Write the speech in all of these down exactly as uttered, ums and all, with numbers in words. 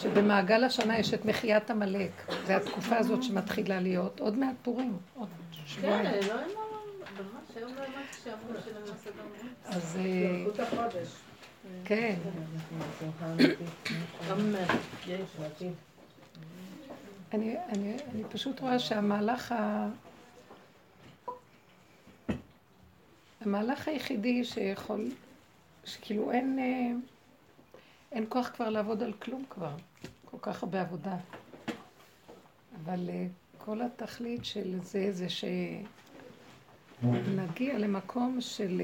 שבמעגל השנה יש את מחיית המלאק. זה התקופה הזאת שמתחילה להיות. עוד מעט פורים, עוד שבועיים. כן, לא אמרנו, ממש היום לא אמרתי שאמרו שלנו לסדר מות. אז... חוט החודש. כן. גם אני, אני, אני פשוט רואה שהמהלך ה... המהלך היחידי שיכול, שכאילו אין, אין כוח כבר לעבוד על כלום כבר, כל כך הרבה עבודה. אבל כל התכלית של זה, זה שנגיע למקום של,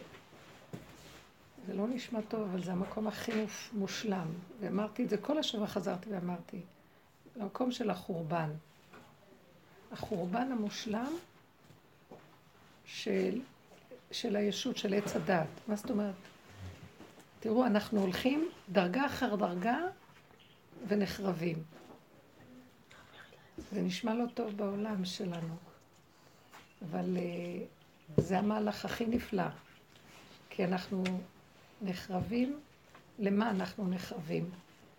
זה לא נשמע טוב, אבל זה המקום הכי מושלם. ואמרתי את זה, כל השבוע חזרתי ואמרתי, למקום של החורבן. החורבן המושלם של... של הישות, של עץ הדת. מה זאת אומרת? תראו, אנחנו הולכים דרגה אחר דרגה ונחרבים. זה נשמע לא טוב בעולם שלנו. אבל uh, זה המהלך הכי נפלא. כי אנחנו נחרבים. למה אנחנו נחרבים?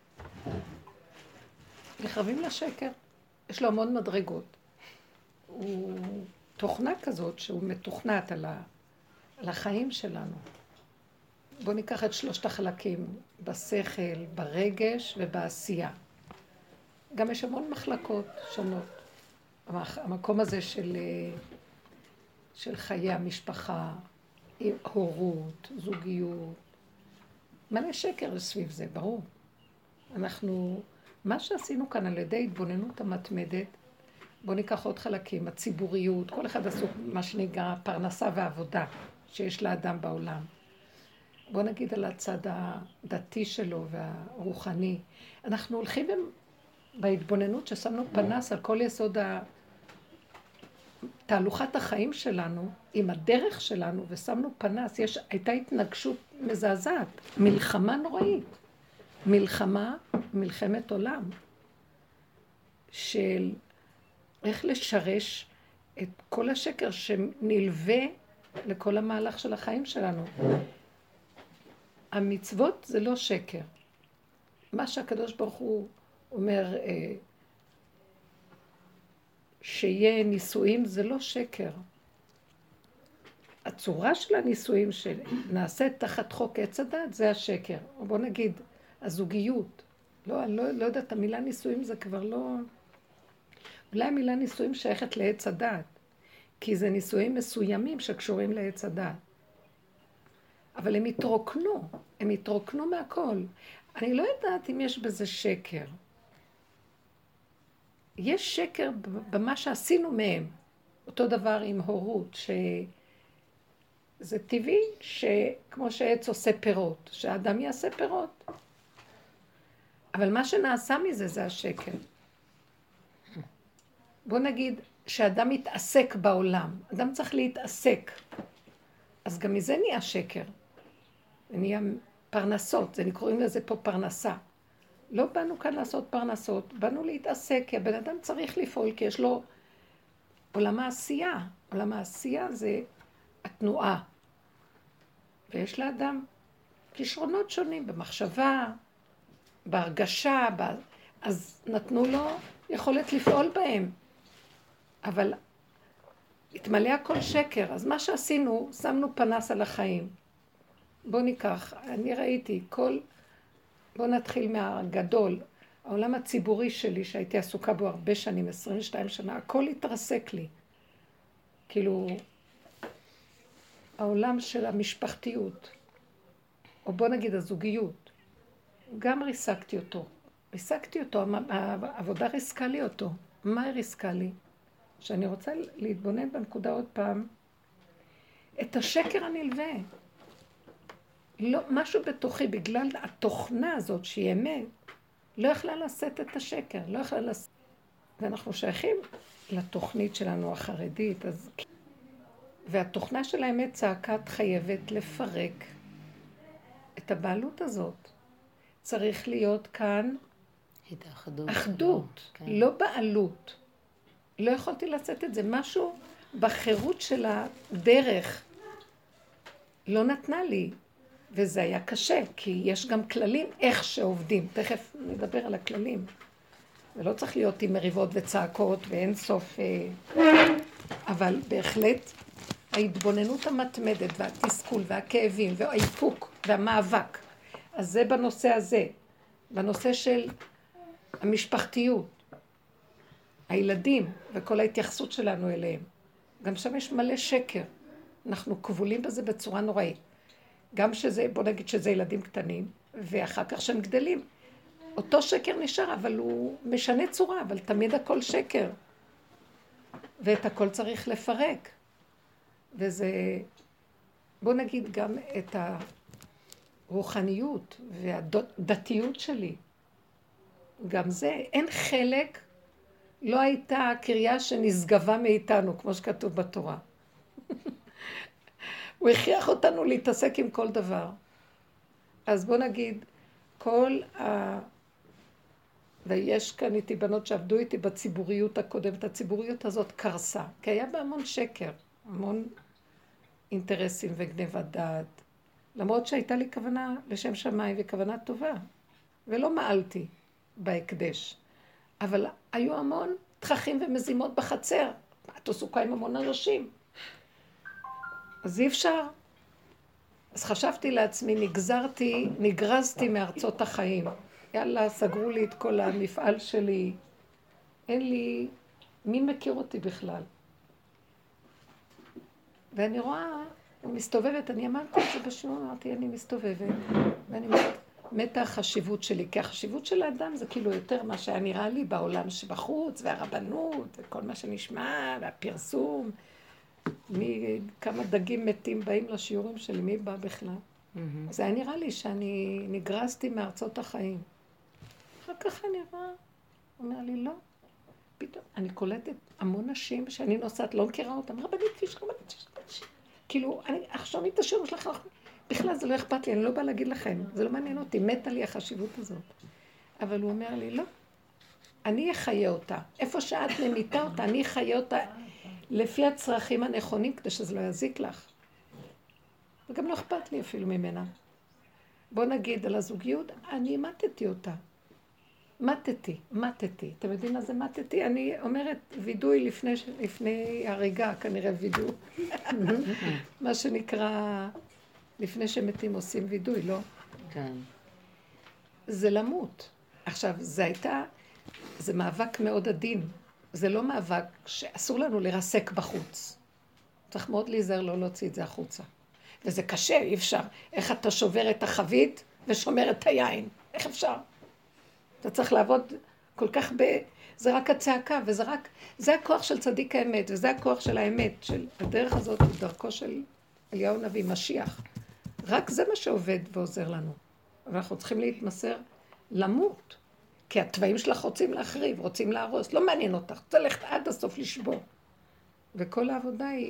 נחרבים לשקר. יש לו המון מדרגות. הוא תוכנה כזאת שהוא מתוכנת על ה... על החיים שלנו. בואו ניקח את שלושת החלקים, בשכל, ברגש ובעשייה. גם יש המון מחלקות שונות. המקום הזה של, של חיי המשפחה, הורות, זוגיות, מלא שקר סביב זה, ברור. אנחנו, מה שעשינו כאן על ידי התבוננות המתמדת, בואו ניקח עוד חלקים, הציבוריות, כל אחד עסוק מה שנקרא פרנסה ועבודה. שיש לאדם בעולם. בוא נגיד על הצד הדתי שלו והרוחני. אנחנו הולכים בהתבוננות ששמנו פנס על כל יסוד תהלוכת החיים שלנו, עם הדרך שלנו, ושמנו פנס. יש, הייתה התנגשות מזעזעת, מלחמה נוראית. מלחמה, מלחמת עולם. של איך לשרש את כל השקר שנלווה לכל המהלך של החיים שלנו. המצוות זה לא שקר. מה שהקדוש ברוך הוא אומר, שיהיה נישואים זה לא שקר. הצורה של הנישואים שנעשית תחת חוק עץ הדת זה השקר. או בוא נגיד, הזוגיות. לא, אני לא, לא יודעת, המילה נישואים זה כבר לא... אולי המילה נישואים שייכת לעץ הדת. כי זה נישואים מסוימים שקשורים לעץ הדת. אבל הם התרוקנו, הם התרוקנו מהכל. אני לא יודעת אם יש בזה שקר. יש שקר במה שעשינו מהם. אותו דבר עם הורות, שזה טבעי שכמו שעץ עושה פירות, שהאדם יעשה פירות. אבל מה שנעשה מזה זה השקר. בוא נגיד, שאדם מתעסק בעולם, אדם צריך להתעסק, אז גם מזה נהיה שקר, זה נהיה פרנסות, זה קוראים לזה פה פרנסה. לא באנו כאן לעשות פרנסות, באנו להתעסק, כי הבן אדם צריך לפעול, כי יש לו עולם העשייה, עולם העשייה זה התנועה, ויש לאדם כישרונות שונים במחשבה, בהרגשה, אז נתנו לו יכולת לפעול בהם. אבל התמלא הכל שקר, אז מה שעשינו, שמנו פנס על החיים. בואו ניקח, אני ראיתי, כל, בואו נתחיל מהגדול, העולם הציבורי שלי שהייתי עסוקה בו הרבה שנים, עשרים ושתיים שנה, הכל התרסק לי. כאילו, העולם של המשפחתיות, או בואו נגיד הזוגיות, גם ריסקתי אותו. ריסקתי אותו, העבודה ריסקה לי אותו. מה היא ריסקה לי? שאני רוצה להתבונן בנקודה עוד פעם, את השקר הנלווה. לא, משהו בתוכי, בגלל התוכנה הזאת שהיא אמת, לא יכלה לשאת את השקר, לא יכלה לשאת. ואנחנו שייכים לתוכנית שלנו החרדית, אז... והתוכנה של האמת צעקת חייבת לפרק את הבעלות הזאת. צריך להיות כאן אחדות, אחדות, כן. לא בעלות. לא יכולתי לשאת את זה. משהו בחירות של הדרך לא נתנה לי. וזה היה קשה, כי יש גם כללים איך שעובדים. תכף נדבר על הכללים. ולא צריך להיות עם מריבות וצעקות ואין סוף... אבל בהחלט ההתבוננות המתמדת והתסכול והכאבים והאיפוק והמאבק. אז זה בנושא הזה. בנושא של המשפחתיות. הילדים וכל ההתייחסות שלנו אליהם. גם שם יש מלא שקר. אנחנו כבולים בזה בצורה נוראית. גם שזה, בוא נגיד שזה ילדים קטנים, ואחר כך שהם גדלים. אותו שקר נשאר, אבל הוא משנה צורה, אבל תמיד הכל שקר. ואת הכל צריך לפרק. וזה, בוא נגיד גם את הרוחניות והדתיות שלי. גם זה, אין חלק, לא הייתה קריאה שנשגבה מאיתנו, כמו שכתוב בתורה. הוא הכריח אותנו להתעסק עם כל דבר. אז בוא נגיד, כל ה... ויש כאן איתי בנות שעבדו איתי בציבוריות הקודמת, הציבוריות הזאת קרסה, כי היה בה המון שקר, המון אינטרסים וגניבת דעת, למרות שהייתה לי כוונה לשם שמיים וכוונה טובה, ולא מעלתי בהקדש, אבל היו המון תככים ומזימות בחצר, את עסוקה עם המון אנשים, אז אי אפשר. אז חשבתי לעצמי, נגזרתי, נגרזתי מארצות החיים. יאללה, סגרו לי את כל המפעל שלי. אין לי, מי מכיר אותי בכלל? ואני רואה, אני מסתובבת, אני אמרתי את זה בשיעור, אמרתי, אני מסתובבת, ואני מתה החשיבות שלי, כי החשיבות של האדם זה כאילו יותר מה שהיה נראה לי בעולם שבחוץ, והרבנות, וכל מה שנשמע, והפרסום. מי, כמה דגים מתים באים לשיעורים שלי, מי בא בכלל? Mm-hmm. זה היה נראה לי שאני נגרזתי מארצות החיים. אחר כך אני רואה, הוא אומר לי, לא. פתאום, אני קולטת המון נשים שאני נוסעת, לא מכירה אותם, רבנית פיש, רבנית פיש, פיש. כאילו, אני עכשיו את השיעור שלך, בכלל זה לא אכפת לי, אני לא באה להגיד לכם, זה לא מעניין אותי, מתה לי החשיבות הזאת. אבל הוא אומר לי, לא, אני אחיה אותה. איפה שאת ממיתה אותה, אני אחיה אותה. לפי הצרכים הנכונים, כדי שזה לא יזיק לך. וגם לא אכפת לי אפילו ממנה. בוא נגיד על הזוגיות, אני מתתי אותה. מתתי, מתתי. אתם יודעים מה זה מתתי? אני אומרת וידוי לפני, לפני הריגה, כנראה וידוי. מה שנקרא, לפני שמתים עושים וידוי, לא? כן. זה למות. עכשיו, זה הייתה, זה מאבק מאוד עדין. זה לא מאבק שאסור לנו לרסק בחוץ. צריך מאוד להיזהר לא להוציא את זה החוצה. וזה קשה, אי אפשר. איך אתה שובר את החבית ושומר את היין? איך אפשר? אתה צריך לעבוד כל כך ב... זה רק הצעקה, וזה רק... זה הכוח של צדיק האמת, וזה הכוח של האמת, של הדרך הזאת, דרכו של אליהו הנביא, משיח. רק זה מה שעובד ועוזר לנו. אבל אנחנו צריכים להתמסר למות. כי הטבעים שלך רוצים להחריב, רוצים להרוס, לא מעניין אותך, צריך ללכת עד הסוף לשבור. וכל העבודה היא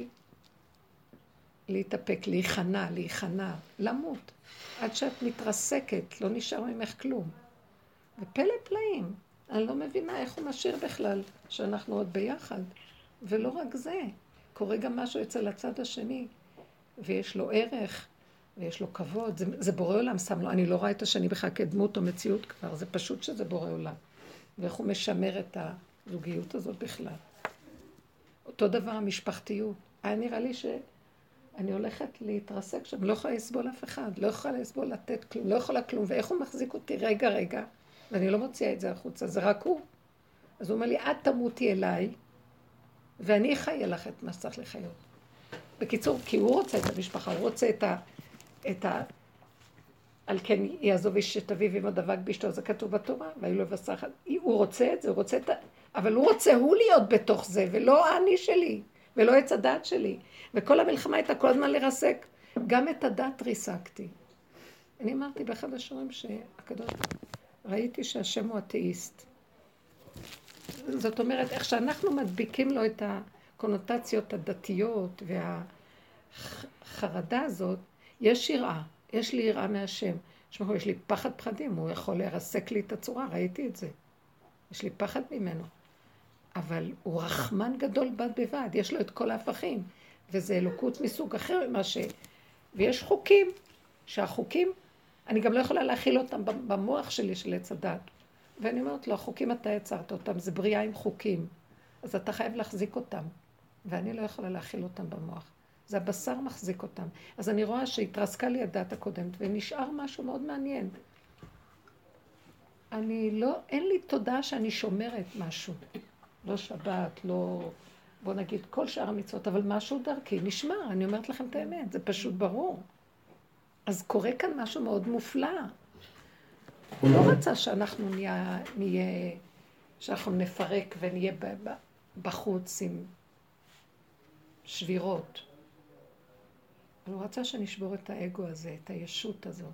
להתאפק, להיכנע, להיכנע, למות. עד שאת מתרסקת, לא נשאר ממך כלום. ופלא פלאים, אני לא מבינה איך הוא משאיר בכלל שאנחנו עוד ביחד. ולא רק זה, קורה גם משהו אצל הצד השני, ויש לו ערך, ויש לו כבוד, זה, זה בורא עולם שם לו, אני לא רואה את השני בכלל כדמות או מציאות כבר, זה פשוט שזה בורא עולם. ואיך הוא משמר את הזוגיות הזאת בכלל. אותו דבר המשפחתיות. היה נראה לי שאני הולכת להתרסק שם, לא יכולה לסבול אף אחד, לא יכולה לסבול לתת כלום, לא יכולה כלום, ואיך הוא מחזיק אותי רגע רגע, ואני לא מוציאה את זה החוצה, זה רק הוא. אז הוא אומר לי, את תמותי אליי, ואני אחיה לך את מה שצריך לחיות. בקיצור, כי הוא רוצה את המשפחה, הוא רוצה את ה... את ה... על כן יעזוב איש את אביו אמא דבק באשתו, זה כתוב בתורה, והיו לו בשר אחד. הוא רוצה את זה, הוא רוצה את ה... אבל הוא רוצה הוא להיות בתוך זה, ולא אני שלי, ולא עץ הדעת שלי. וכל המלחמה הייתה כל הזמן לרסק. גם את הדעת ריסקתי. אני אמרתי באחד השיעורים שהקדוש... ראיתי שהשם הוא אתאיסט. זאת אומרת, איך שאנחנו מדביקים לו את הקונוטציות הדתיות והחרדה הזאת, יש יראה, יש לי יראה מהשם. שמעו, יש לי פחד פחדים, הוא יכול לרסק לי את הצורה, ראיתי את זה. יש לי פחד ממנו. אבל הוא רחמן גדול בד בבד, יש לו את כל ההפכים, וזה אלוקות מסוג אחר ממה ש... ויש חוקים שהחוקים, אני גם לא יכולה להכיל אותם במוח שלי של עץ הדת. ואני אומרת לו, החוקים אתה יצרת אותם, זה בריאה עם חוקים. אז אתה חייב להחזיק אותם. ואני לא יכולה להכיל אותם במוח. זה הבשר מחזיק אותם. אז אני רואה שהתרסקה לי הדת הקודמת, ונשאר משהו מאוד מעניין. אני לא, אין לי תודה שאני שומרת משהו. לא שבת, לא, בוא נגיד, כל שאר המצוות, אבל משהו דרכי נשמר. אני אומרת לכם את האמת, זה פשוט ברור. אז קורה כאן משהו מאוד מופלא. הוא לא רצה שאנחנו נהיה, נהיה שאנחנו נפרק ונהיה בחוץ עם שבירות. הוא רצה שנשבור את האגו הזה, את הישות הזאת,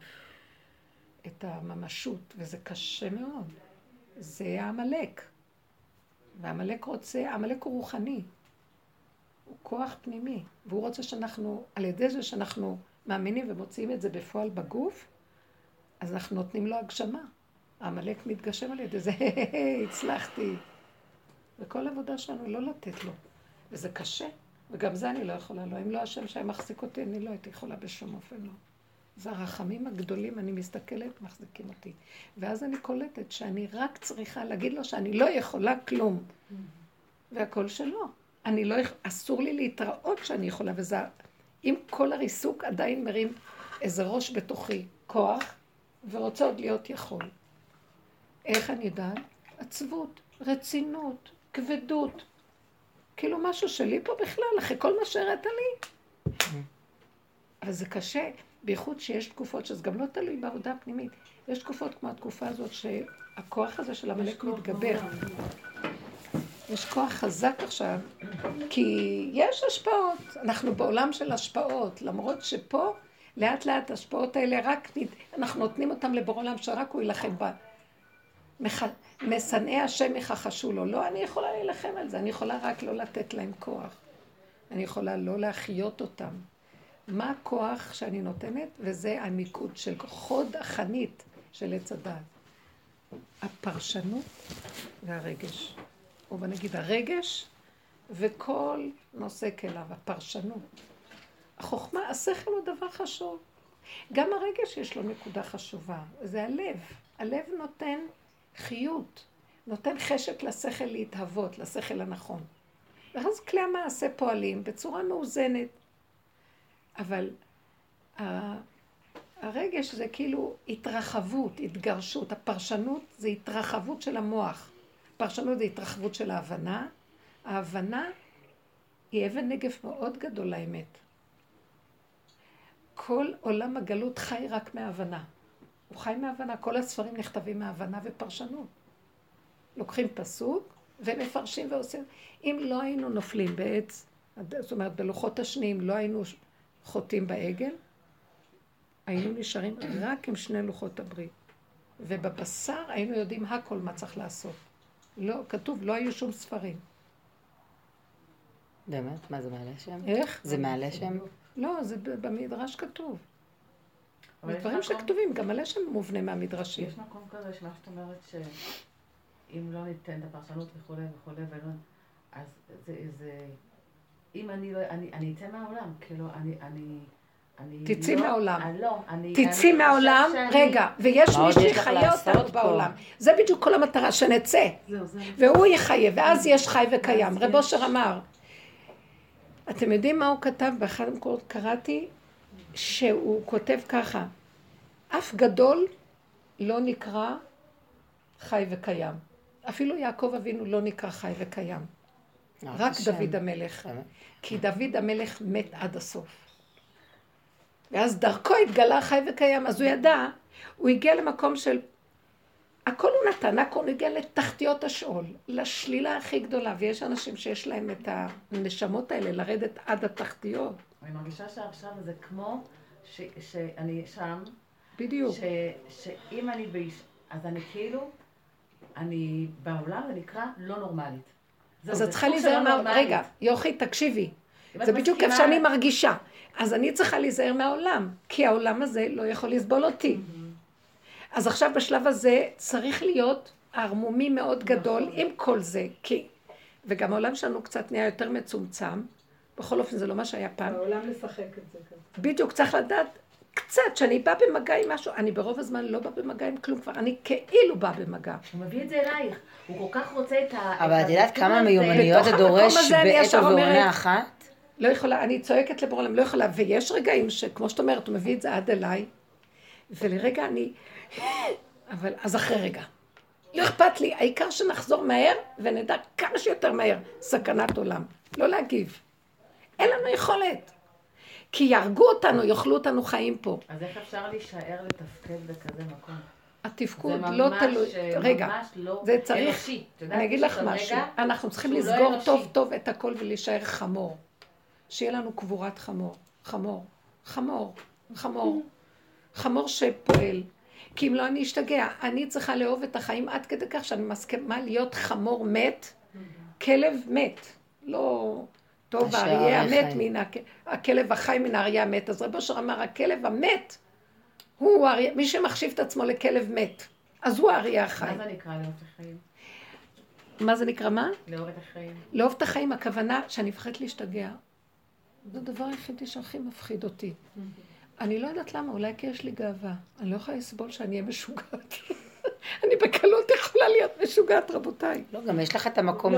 את הממשות, וזה קשה מאוד. זה העמלק. והעמלק רוצה, העמלק הוא רוחני. הוא כוח פנימי. והוא רוצה שאנחנו, על ידי זה שאנחנו מאמינים ומוצאים את זה בפועל בגוף, אז אנחנו נותנים לו הגשמה. העמלק מתגשם על ידי זה, הצלחתי. וכל עבודה שלנו לא לתת לו. וזה קשה. וגם זה אני לא יכולה לו. אם לא השם שהיה מחזיק אותי, אני לא הייתי יכולה בשום אופן לא. זה הרחמים הגדולים, אני מסתכלת, מחזיקים אותי. ואז אני קולטת שאני רק צריכה להגיד לו שאני לא יכולה כלום. והכל שלו. אני לא, אסור לי להתראות שאני יכולה, וזה, אם כל הריסוק עדיין מרים איזה ראש בתוכי, כוח, ורוצה עוד להיות יכול. איך אני יודעת? עצבות, רצינות, כבדות. כאילו משהו שלי פה בכלל, אחרי כל מה שהראית לי. אבל זה קשה, בייחוד שיש תקופות שזה גם לא תלוי בעבודה הפנימית. יש תקופות כמו התקופה הזאת שהכוח הזה של המלאק מתגבר. יש כוח חזק עכשיו, כי יש השפעות. אנחנו בעולם של השפעות, למרות שפה לאט לאט השפעות האלה רק אנחנו נותנים אותם לבורא עולם שרק הוא ילחם בה. משנאי השם יחשו לו. לא, אני יכולה להילחם על זה, אני יכולה רק לא לתת להם כוח. אני יכולה לא להחיות אותם. מה הכוח שאני נותנת? וזה המיקוד של חוד החנית של עץ הדעת. הפרשנות והרגש. או בנגיד הרגש וכל נושא כליו, הפרשנות. החוכמה, השכל הוא דבר חשוב. גם הרגש יש לו נקודה חשובה, זה הלב. הלב נותן חיות, נותן חשק לשכל להתהוות, לשכל הנכון. ואז כלי המעשה פועלים בצורה מאוזנת. אבל הרגש זה כאילו התרחבות, התגרשות. הפרשנות זה התרחבות של המוח. הפרשנות זה התרחבות של ההבנה. ההבנה היא אבן נגף מאוד גדול לאמת. כל עולם הגלות חי רק מההבנה. הוא חי מההבנה, כל הספרים נכתבים מההבנה ופרשנות. לוקחים פסוק ומפרשים ועושים. אם לא היינו נופלים בעץ, זאת אומרת בלוחות השניים לא היינו חוטאים בעגל, היינו נשארים רק עם שני לוחות הברית. ובבשר היינו יודעים הכל מה צריך לעשות. לא, כתוב, לא היו שום ספרים. באמת? מה זה מעלה שם? איך? זה מעלה שם? לא, זה במדרש כתוב. דברים שכתובים, גם מלא שם מובנה מהמדרשים. יש מקום כזה שמה שאת אומרת שאם לא ניתן את הפרשנות וכו' וכו' אז זה, זה, אם אני לא, אני, אני אצא מהעולם, כאילו, אני, אני, אני תצאי לא, מהעולם. אני לא, אני, תצאי אני מהעולם, שאני... רגע, ויש מה מי עוד יש לך שיחיה לעשות אותנו פה? בעולם. זה בדיוק כל המטרה, שנצא. זהו, זה... והוא יחיה, ואז יש חי וקיים. ואז רב יש- אושר אמר, אתם יודעים מה הוא כתב? באחד המקורות קראתי, שהוא כותב ככה, אף גדול לא נקרא חי וקיים. אפילו יעקב אבינו לא נקרא חי וקיים. רק דוד המלך. כי דוד המלך מת עד הסוף. ואז דרכו התגלה חי וקיים, אז הוא ידע, הוא הגיע למקום של, הכל הוא נתן, הכל הוא הגיע לתחתיות השאול, לשלילה הכי גדולה, ויש אנשים שיש להם את הנשמות האלה, לרדת עד התחתיות. אני מרגישה שעכשיו זה כמו ש, שאני שם, בדיוק. ש, שאם אני באיש, אז אני כאילו, אני בעולם זה נקרא לא נורמלית. זהו, אז זה את צריכה סוג של להיזהר לא מה... נורמלית. רגע, יוכי, תקשיבי. אם את זה בדיוק מסכימה- איפה שאני מרגישה. אז אני צריכה להיזהר מהעולם, כי העולם הזה לא יכול לסבול אותי. אז עכשיו בשלב הזה צריך להיות ערמומי מאוד גדול עם כל זה, כי... וגם העולם שלנו קצת נהיה יותר מצומצם, בכל אופן זה לא מה שהיה פעם. העולם לשחק את זה כזה. בדיוק, צריך לדעת קצת, שאני באה במגע עם משהו, אני ברוב הזמן לא באה במגע עם כלום כבר, אני כאילו באה במגע. הוא מביא את זה אלייך, הוא כל כך רוצה את ה... אבל את יודעת כמה מיומנויות הדורש בעת ובעונה אחת? לא יכולה, אני צועקת לבורא עולם, לא יכולה, ויש רגעים שכמו שאת אומרת, הוא מביא את זה עד אליי, ולרגע אני, אבל אז אחרי רגע. לא אכפת לי, העיקר שנחזור מהר ונדע כמה שיותר מהר, סכנת עולם, לא להגיב. אין לנו יכולת. כי ירגו אותנו, יאכלו אותנו חיים פה. אז איך אפשר להישאר לתפקד בכזה מקום? התפקוד לא תלוי, רגע, זה צריך, אני אגיד לך משהו, אנחנו צריכים לסגור טוב טוב את הכל ולהישאר חמור. שיהיה לנו קבורת חמור, חמור, חמור, חמור, חמור שפועל. כי אם לא אני אשתגע, אני צריכה לאהוב את החיים עד כדי כך שאני מסכימה להיות חמור מת, כלב מת, לא טוב האריה המת, מן הכלב החי מן האריה המת. אז רב אושר אמר, הכלב המת, הוא האריה, מי שמחשיב את עצמו לכלב מת, אז הוא האריה החי. מה זה נקרא לאהוב את החיים? מה זה נקרא מה? לאהוב את החיים. לאהוב את החיים, הכוונה שאני מפחדת להשתגע. זה הדבר היחידי שהכי מפחיד אותי. אני לא יודעת למה, אולי כי יש לי גאווה. אני לא יכולה לסבול שאני אהיה משוגעת. אני בקלות יכולה להיות משוגעת, רבותיי. לא, גם יש לך את המקום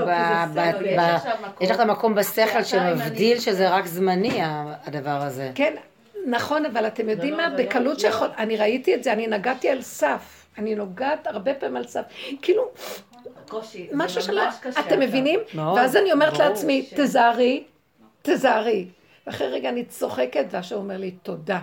יש לך את המקום בשכל שמבדיל שזה רק זמני, הדבר הזה. כן, נכון, אבל אתם יודעים מה? בקלות שיכול... אני ראיתי את זה, אני נגעתי על סף. אני נוגעת הרבה פעמים על סף. כאילו, משהו שלא... אתם מבינים? ואז אני אומרת לעצמי, תזהרי, תזהרי. ואחרי רגע אני צוחקת, והשם אומר לי, תודה.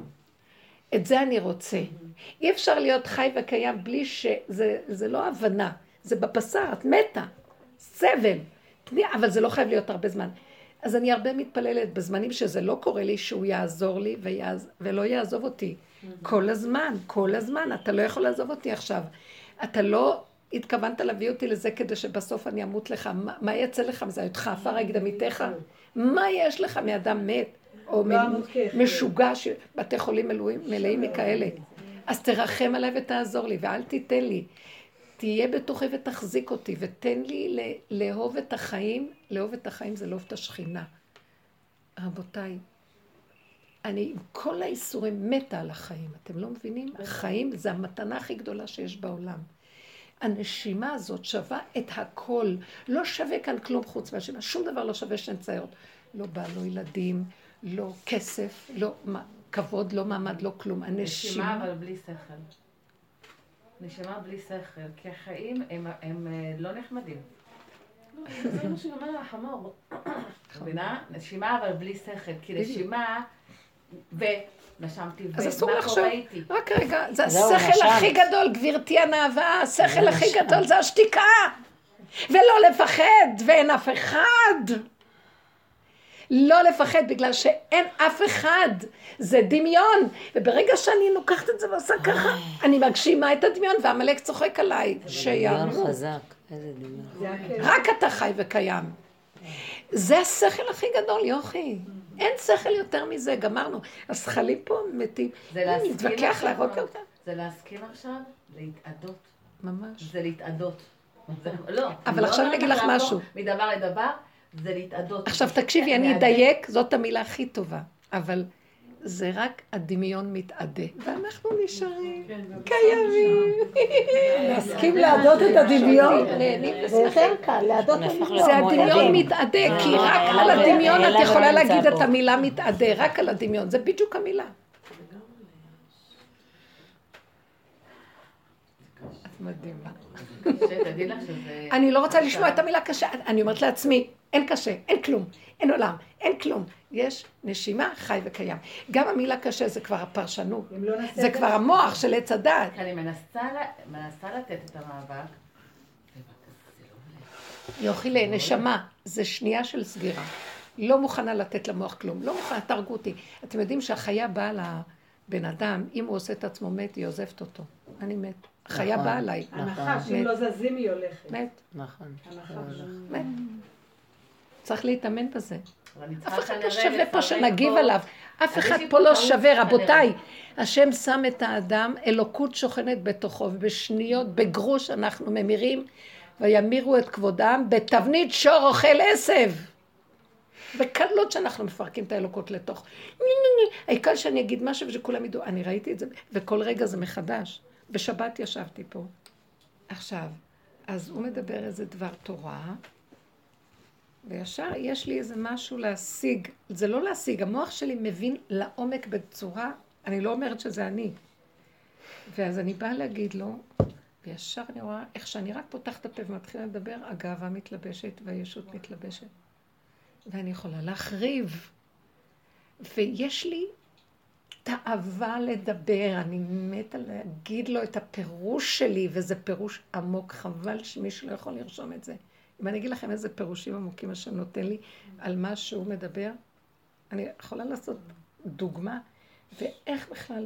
את זה אני רוצה. אי אפשר להיות חי וקיים בלי שזה זה לא הבנה. זה בבשר, את מתה. סבל. אבל זה לא חייב להיות הרבה זמן. אז אני הרבה מתפללת בזמנים שזה לא קורה לי, שהוא יעזור לי ויעז... ולא יעזוב אותי. כל הזמן, כל הזמן. אתה לא יכול לעזוב אותי עכשיו. אתה לא התכוונת להביא אותי לזה כדי שבסוף אני אמות לך. מה, מה יצא לך מזה? אותך עפר הגדמיתך? מה יש לך מאדם מת? או משוגע שבתי חולים מלאים מכאלה. אז תרחם עליי ותעזור לי, ואל תיתן לי. תהיה בתוכי ותחזיק אותי, ותן לי לאהוב את החיים. לאהוב את החיים זה לאהוב את השכינה. רבותיי, אני עם כל האיסורים מתה על החיים. אתם לא מבינים? החיים זה המתנה הכי גדולה שיש בעולם. הנשימה הזאת שווה את הכל. לא שווה כאן כלום חוץ מהשימה. שום דבר לא שווה שנציות. לא בא, לא ילדים, לא כסף, לא כבוד, לא מעמד, לא כלום. הנשימה... נשימה אבל בלי שכל. נשימה בלי שכל, כי החיים הם, הם לא נחמדים. זה מה שאומר החמור. מבינה? נשימה אבל בלי שכל, כי נשימה ונשמתי ומה קורה איתי. רק רגע, זה השכל הכי גדול, גבירתי הנאווה, השכל הכי גדול זה השתיקה. ולא לפחד, ואין אף אחד. לא לפחד, בגלל שאין אף אחד. זה דמיון. וברגע שאני לוקחת את זה ועושה ככה, אני מגשימה את הדמיון, והמלאק צוחק עליי. דמיון חזק. איזה דמיון. רק אתה חי וקיים. זה השכל הכי גדול, יוכי. אין שכל יותר מזה, גמרנו. השכלים פה מתים. נתווכח להראות יותר. זה להסכים עכשיו להתעדות. ממש. זה להתעדות. לא. אבל עכשיו אני אגיד לך משהו. מדבר לדבר. זה להתעדות. עכשיו תקשיבי, אני אדייק, זאת המילה הכי טובה, אבל זה רק הדמיון מתעדה, ואנחנו נשארים קיימים. להסכים לעדות את הדמיון, זה יותר קל, לעדות את הדמיון. זה הדמיון מתעדה, כי רק על הדמיון את יכולה להגיד את המילה מתעדה, רק על הדמיון, זה בדיוק המילה. את מדהימה. אני לא רוצה לשמוע את המילה קשה, אני אומרת לעצמי, אין קשה, אין כלום, אין עולם, אין כלום. יש נשימה, חי וקיים. גם המילה קשה זה כבר הפרשנות, זה כבר המוח של עץ הדעת. אני מנסה לתת את המאבק. יוכי לנשמה, זה שנייה של סגירה. לא מוכנה לתת למוח כלום, לא מוכנה, תרגו אותי. אתם יודעים שהחיה באה לבן אדם, אם הוא עושה את עצמו מת, היא עוזבת אותו. אני מת. החיה באה עליי. הנחש, אם לא זזים היא הולכת. מת. נכון. מת. צריך להתאמן בזה. אף אחד לא שווה פה שנגיב עליו. אף אחד פה לא שווה, רבותיי. השם שם את האדם, אלוקות שוכנת בתוכו, ובשניות, בגרוש אנחנו ממירים, וימירו את כבודם, בתבנית שור אוכל עשב. וקלות שאנחנו מפרקים את האלוקות לתוך. העיקר שאני אגיד משהו ושכולם ידעו, אני ראיתי את זה, וכל רגע זה מחדש. בשבת ישבתי פה. עכשיו, אז הוא מדבר איזה דבר תורה, וישר יש לי איזה משהו להשיג. זה לא להשיג, המוח שלי מבין לעומק בצורה, אני לא אומרת שזה אני. ואז אני באה להגיד לו, וישר אני רואה איך שאני רק פותחת הפה ומתחילה לדבר, הגאווה מתלבשת והישות מתלבשת. ואני יכולה להחריב. ויש לי תאווה לדבר, אני מתה להגיד לו את הפירוש שלי, וזה פירוש עמוק, חבל שמישהו לא יכול לרשום את זה. אם אני אגיד לכם איזה פירושים עמוקים השם נותן לי על מה שהוא מדבר, אני יכולה לעשות דוגמה, ואיך בכלל...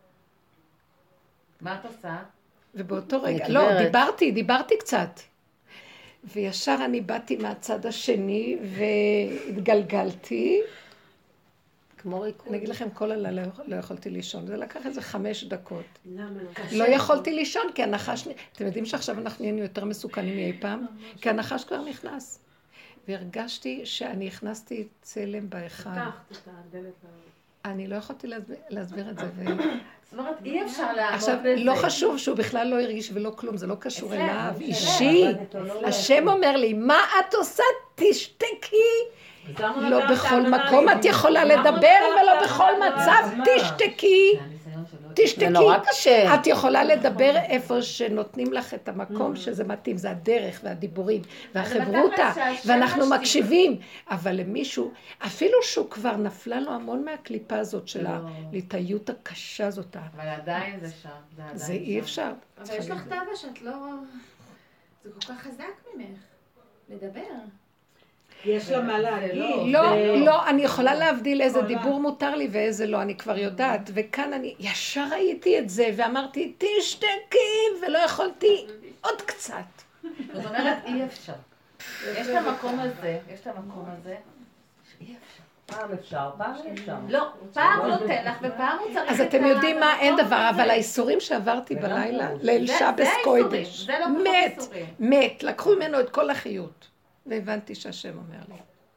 מה את עושה? ובאותו רגע, לא, דיברתי, דיברתי קצת. וישר אני באתי מהצד השני והתגלגלתי. כמו ריקוד. אני אגיד לכם, כל הלילה לא יכולתי לישון. זה לקח איזה חמש דקות. לא יכולתי לישון, כי הנחש... אתם יודעים שעכשיו אנחנו נהיינו יותר מסוכנים מאי פעם? כי הנחש כבר נכנס. והרגשתי שאני הכנסתי צלם באחד. אני לא יכולתי להסביר את זה. זאת אומרת, אי אפשר לעמוד עכשיו, בזה. לא חשוב שהוא בכלל לא הרגיש ולא כלום, זה לא קשור אליו, אישי. השם אומר לי, מה את עושה? תשתקי. לא בכל מקום את יכולה לדבר ולא בכל מצב, תשתקי. תשתקי. זה נורא קשה. את יכולה לדבר איפה שנותנים לך את המקום שזה מתאים, זה הדרך והדיבורים והחברותה, ואנחנו מקשיבים. אבל למישהו, אפילו שהוא כבר נפלה לו המון מהקליפה הזאת של הליטאיות הקשה הזאת. אבל עדיין זה שם. זה אי אפשר. אבל יש לך טבע שאת לא... זה כל כך חזק ממך, לדבר. יש לה מה להגיד. לא, לא, אני יכולה להבדיל איזה דיבור מותר לי ואיזה לא, אני כבר יודעת. וכאן אני ישר ראיתי את זה ואמרתי, תשתקי, ולא יכולתי עוד קצת. זאת אומרת, אי אפשר. יש את המקום הזה, יש את המקום הזה, שאי אפשר. פעם אפשר, פעם אי אפשר. לא, פעם נותן לך ופעם הוא צריך... אז אתם יודעים מה, אין דבר, אבל האיסורים שעברתי בלילה, ליל שבס קוידש, מת, מת, לקחו ממנו את כל החיות. והבנתי שהשם אומר לי.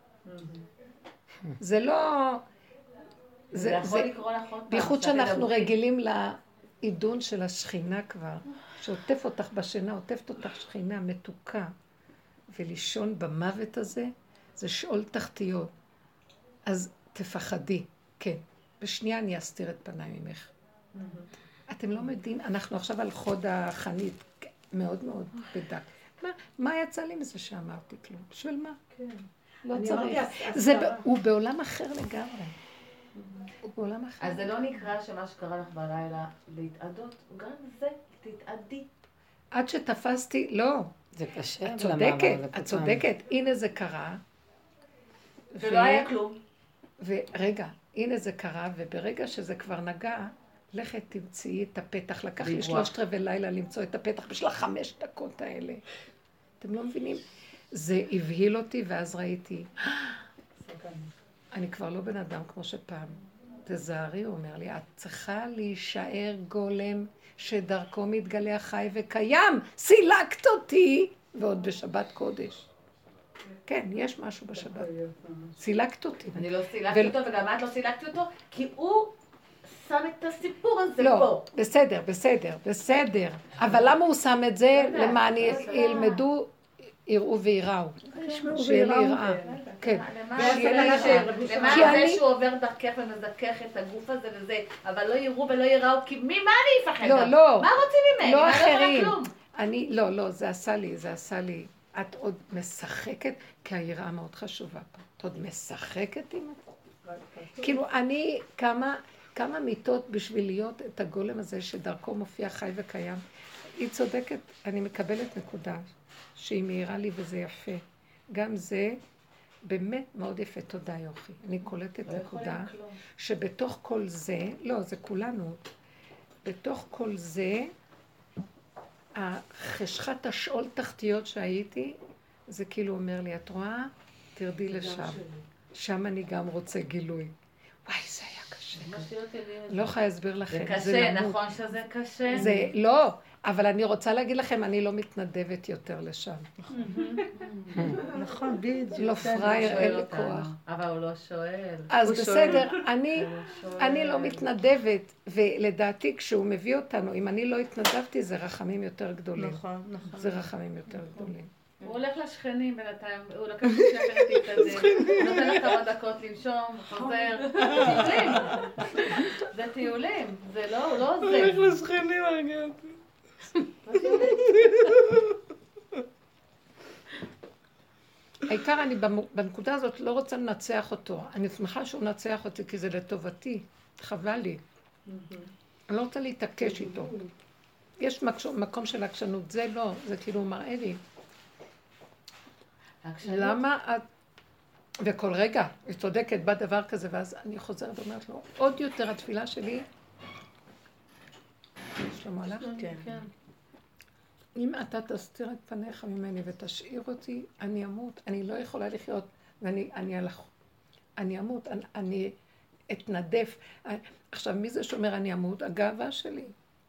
זה לא... זה יכול לקרוא לך עוד פעם. בייחוד שאנחנו רגילים לעידון של השכינה כבר, שעוטף אותך בשינה, עוטפת אותך שכינה מתוקה, ולישון במוות הזה, זה שאול תחתיות. אז תפחדי, כן. בשנייה אני אסתיר את פניי ממך. אתם לא יודעים, אנחנו עכשיו על חוד החנית, מאוד מאוד בדק. מה, מה יצא לי מזה שאמרתי כלום? בשביל מה? כן. לא צריך. זה, הוא בעולם אחר לגמרי. הוא בעולם אחר. אז זה לא נקרא שמה שקרה לך בלילה להתעדות, גם זה, תתעדי. עד שתפסתי, לא. זה קשה. את צודקת, את צודקת. הנה זה קרה. ולא היה כלום. ורגע, הנה זה קרה, וברגע שזה כבר נגע, לכת תמצאי את הפתח. לקח לי שלושת רבעי לילה למצוא את הפתח בשביל החמש דקות האלה. אתם לא מבינים? זה הבהיל אותי, ואז ראיתי, אני כבר לא בן אדם כמו שפעם. תזהרי, הוא אומר לי, את צריכה להישאר גולם שדרכו מתגלה החי וקיים. סילקת אותי, ועוד בשבת קודש. כן, יש משהו בשבת. סילקת אותי. אני לא סילקתי אותו, וגם את לא סילקתי אותו, כי הוא שם את הסיפור הזה פה. לא, בסדר, בסדר, בסדר. אבל למה הוא שם את זה? למען ילמדו, יראו ויראו. שיהיה לי יראה. כן. למען זה שהוא עובר דרכך ומזכך את הגוף הזה וזה, אבל לא יראו ולא יראו, כי ממה אני אפחד? לא, לא. מה רוצים ממני? לא אחרים. אני, לא, לא, זה עשה לי, זה עשה לי. את עוד משחקת, כי היראה מאוד חשובה פה. את עוד משחקת עם את? כאילו, אני כמה... כמה מיטות בשביל להיות את הגולם הזה שדרכו מופיע חי וקיים. היא צודקת, אני מקבלת נקודה שהיא מהירה לי וזה יפה. גם זה באמת מאוד יפה, תודה יוכי. אני קולטת נקודה שבתוך כל זה, לא, זה כולנו, בתוך כל זה, החשכת השאול תחתיות שהייתי, זה כאילו אומר לי, את רואה? תרדי לשם. שם אני גם רוצה גילוי. וואי, זה היה קשה. לא יכולה להסביר לכם, זה קשה, נכון שזה קשה? זה, לא, אבל אני רוצה להגיד לכם, אני לא מתנדבת יותר לשם. נכון, בדיוק. לא פרייר, אין לי כוח. אבל הוא לא שואל. אז בסדר, אני לא מתנדבת, ולדעתי כשהוא מביא אותנו, אם אני לא התנדבתי, זה רחמים יותר גדולים. נכון, נכון. זה רחמים יותר גדולים. הוא הולך לשכנים בינתיים, הוא לקח לשכן להתקדם, נותן לך כמה דקות לנשום, חוזר, זה טיולים, זה טיולים, זה לא, הוא לא עוזב. הולך לשכנים הרגע. העיקר אני בנקודה הזאת לא רוצה לנצח אותו, אני שמחה שהוא נצח אותי כי זה לטובתי, חבל לי. אני לא רוצה להתעקש איתו. יש מקום של עקשנות, זה לא, זה כאילו מראה לי. למה את... וכל רגע, היא צודקת, בא דבר כזה, ואז אני חוזרת ואומרת לו, עוד יותר התפילה שלי, שלמה הלך? כן. אם אתה תסתיר את פניך ממני ותשאיר אותי, אני אמות, אני לא יכולה לחיות, ואני אני הלך, אני אמות, אני, אני אתנדף. עכשיו, מי זה שאומר אני אמות? הגאווה שלי.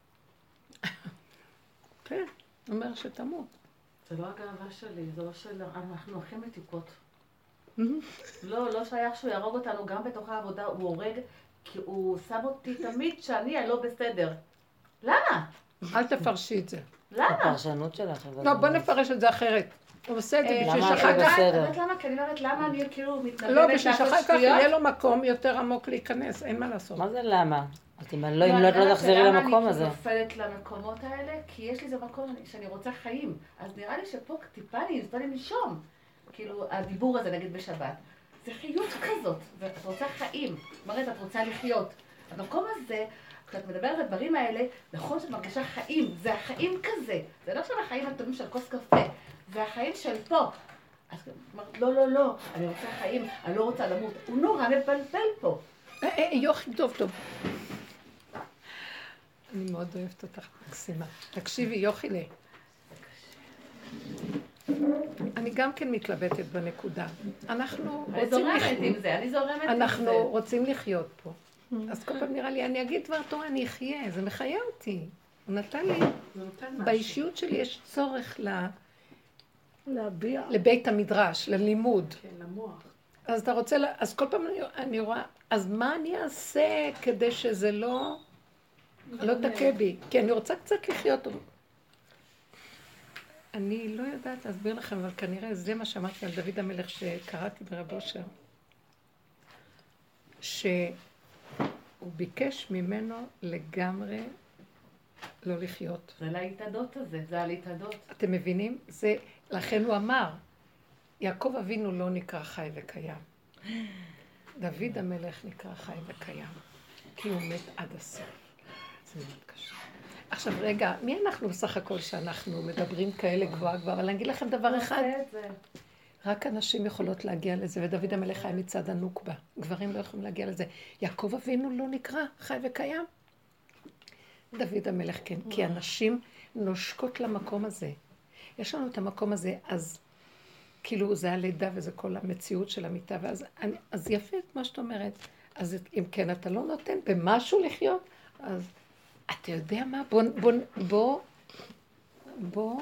כן, אומר שתמות. זה לא הגאווה שלי, זה לא של... אנחנו אחים מטיפות. לא, לא שייך שהוא יהרוג אותנו גם בתוך העבודה, הוא הורג, כי הוא שם אותי תמיד שאני הלא בסדר. למה? אל תפרשי את זה. למה? הפרשנות שלך. לא, בוא נפרש את זה אחרת. הוא עושה את זה בשביל למה שאחר את כך... בסדר? את למה? כי אני אומרת, למה אני כאילו מתנדבת לא, לעשות בשביל שאחר כך שטויות? יהיה לו מקום יותר עמוק להיכנס, אין מה לעשות. מה זה למה? את אם לא לא תחזרי למקום הזה. למה אני נופלת למקומות האלה? כי יש לי איזה מקום שאני רוצה חיים. אז נראה לי שפה טיפה לי, נתן לי לנשום. כאילו, הדיבור הזה נגיד בשבת. זה חיות כזאת, ואת רוצה חיים. זאת אומרת, את רוצה לחיות. המקום הזה, כשאת מדברת על הדברים האלה, נכון שאת מרגישה חיים. זה החיים כזה. זה לא של החיים הטובים של כוס קפה. זה החיים של פה. אז אמרת, לא, לא, לא, אני רוצה חיים, אני לא רוצה למות. הוא נורא מבלבל פה. יוכי, טוב, טוב. אני מאוד אוהבת אותך, מקסימה. תקשיבי, יוכי לי. אני גם כן מתלבטת בנקודה. אנחנו אני זורמת עם זה, אני זורמת עם זה. אנחנו רוצים לחיות פה. אז כל פעם נראה לי, אני אגיד דבר תורה, אני אחיה, זה מחיה אותי. הוא נתן לי, באישיות שלי יש צורך להביע. לבית המדרש, ללימוד. כן, למוח. אז אתה רוצה, אז כל פעם אני רואה, אז מה אני אעשה כדי שזה לא, לא תקה בי? כי אני רוצה קצת לחיות. אני לא יודעת להסביר לכם, אבל כנראה זה מה שאמרתי על דוד המלך שקראתי ברב אושר. שהוא ביקש ממנו לגמרי לא לחיות. זה להתאדות הזה, זה הלהתאדות. אתם מבינים? זה, לכן הוא אמר, יעקב אבינו לא נקרא חי וקיים. דוד המלך נקרא חי וקיים. כי הוא מת עד הסוף. זה מאוד קשה. עכשיו רגע, מי אנחנו בסך הכל שאנחנו מדברים כאלה גבוהה גבוהה? אבל אני אגיד לכם דבר אחד. רק אנשים יכולות להגיע לזה, ודוד המלך היה מצד הנוקבה. גברים לא יכולים להגיע לזה. יעקב אבינו לא נקרא חי וקיים. דוד המלך כן, כי אנשים נושקות למקום הזה. יש לנו את המקום הזה, אז כאילו זה הלידה וזה כל המציאות של המיטה, ואז אני, אז יפה את מה שאת אומרת. אז אם כן, אתה לא נותן במשהו לחיות, אז אתה יודע מה? בוא, בוא, בוא, בוא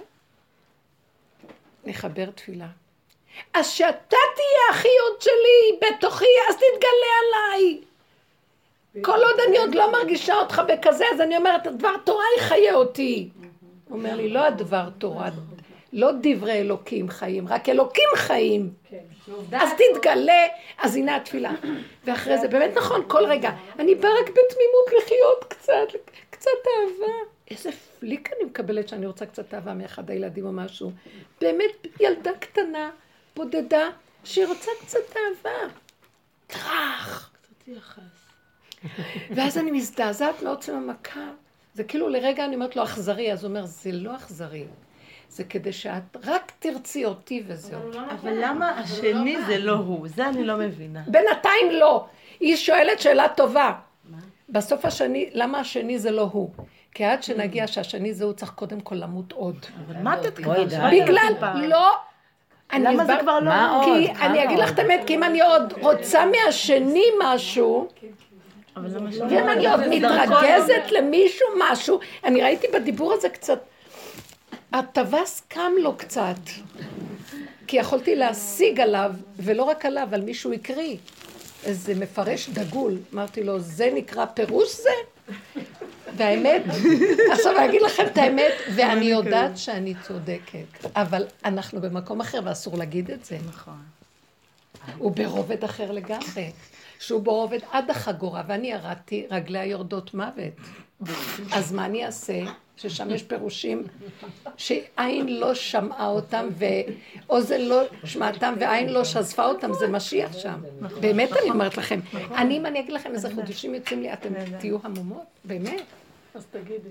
נחבר תפילה. אז שאתה תהיה החיות שלי בתוכי, אז תתגלה עליי. כל עוד אני עוד לא מרגישה אותך בכזה, אז אני אומרת, הדבר תורה יחיה אותי. הוא אומר לי, לא הדבר תורה, לא דברי אלוקים חיים, רק אלוקים חיים. אז תתגלה, אז הנה התפילה. ואחרי זה, באמת נכון, כל רגע, אני באה רק בתמימות לחיות קצת, קצת אהבה. איזה פליק אני מקבלת שאני רוצה קצת אהבה מאחד הילדים או משהו. באמת ילדה קטנה, בודדה, שהיא רוצה קצת אהבה. טרח. קצת יחס. ואז אני מזדעזעת מעוצם המכה. זה כאילו לרגע אני אומרת לו אכזרי, אז הוא אומר, זה לא אכזרי. זה כדי שאת רק תרצי אותי וזהו. אבל למה השני זה לא הוא? זה אני לא מבינה. בינתיים לא. היא שואלת שאלה טובה. בסוף השני, למה השני זה לא הוא? כי עד שנגיע שהשני זה הוא צריך קודם כל למות עוד. אבל מה אתה כבר? בגלל, לא. למה זה כבר לא? כי אני אגיד לך את האמת, כי אם אני עוד רוצה מהשני משהו, ואם אני עוד מתרגזת למישהו משהו, אני ראיתי בדיבור הזה קצת, הטווס קם לו קצת, כי יכולתי להשיג עליו, ולא רק עליו, על מישהו הקריא, איזה מפרש דגול, אמרתי לו, זה נקרא פירוש זה? והאמת, עכשיו אני אגיד לכם את האמת, ואני יודעת שאני צודקת, אבל אנחנו במקום אחר ואסור להגיד את זה. נכון. הוא ברובד אחר לגמרי, שהוא ברובד עד החגורה, ואני ירדתי רגלי יורדות מוות. אז מה אני אעשה? ששם יש פירושים שעין לא שמעה אותם ואוזן לא שמעתם ועין לא שזפה אותם, זה משיח שם. באמת אני אומרת לכם. אני, אם אני אגיד לכם איזה חודשים יוצאים לי, אתם תהיו המומות? באמת? אז תגידי.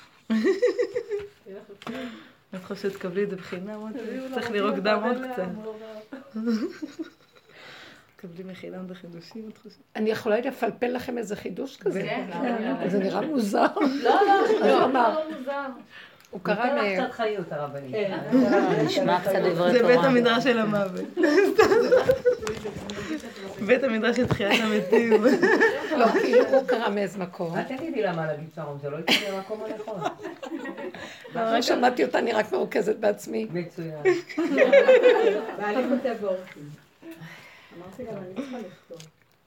את חושבת תקבלי את זה בחינם, צריך לראות דם עוד קצת. תקבלי מחינם בחידושים, את חושבת? אני יכולה לפלפל לכם איזה חידוש כזה. זה נראה מוזר. לא, לא, לא, לא מוזר. הוא קרא מ... נותן לך קצת חיות הרבנית. נשמע קצת דברי תורה. זה בית המדרש של המוות. בית המדרש של תחיית המתים. לא, כאילו הוא קרא מאיזה מקום. אל תגידי למה להגיד צהרון, זה לא יצא למקום הנכון. לא שמעתי אותה, אני רק מרוכזת בעצמי. מצוין. ואני כותב באורחים. אמרתי גם, אני צריכה לכתוב.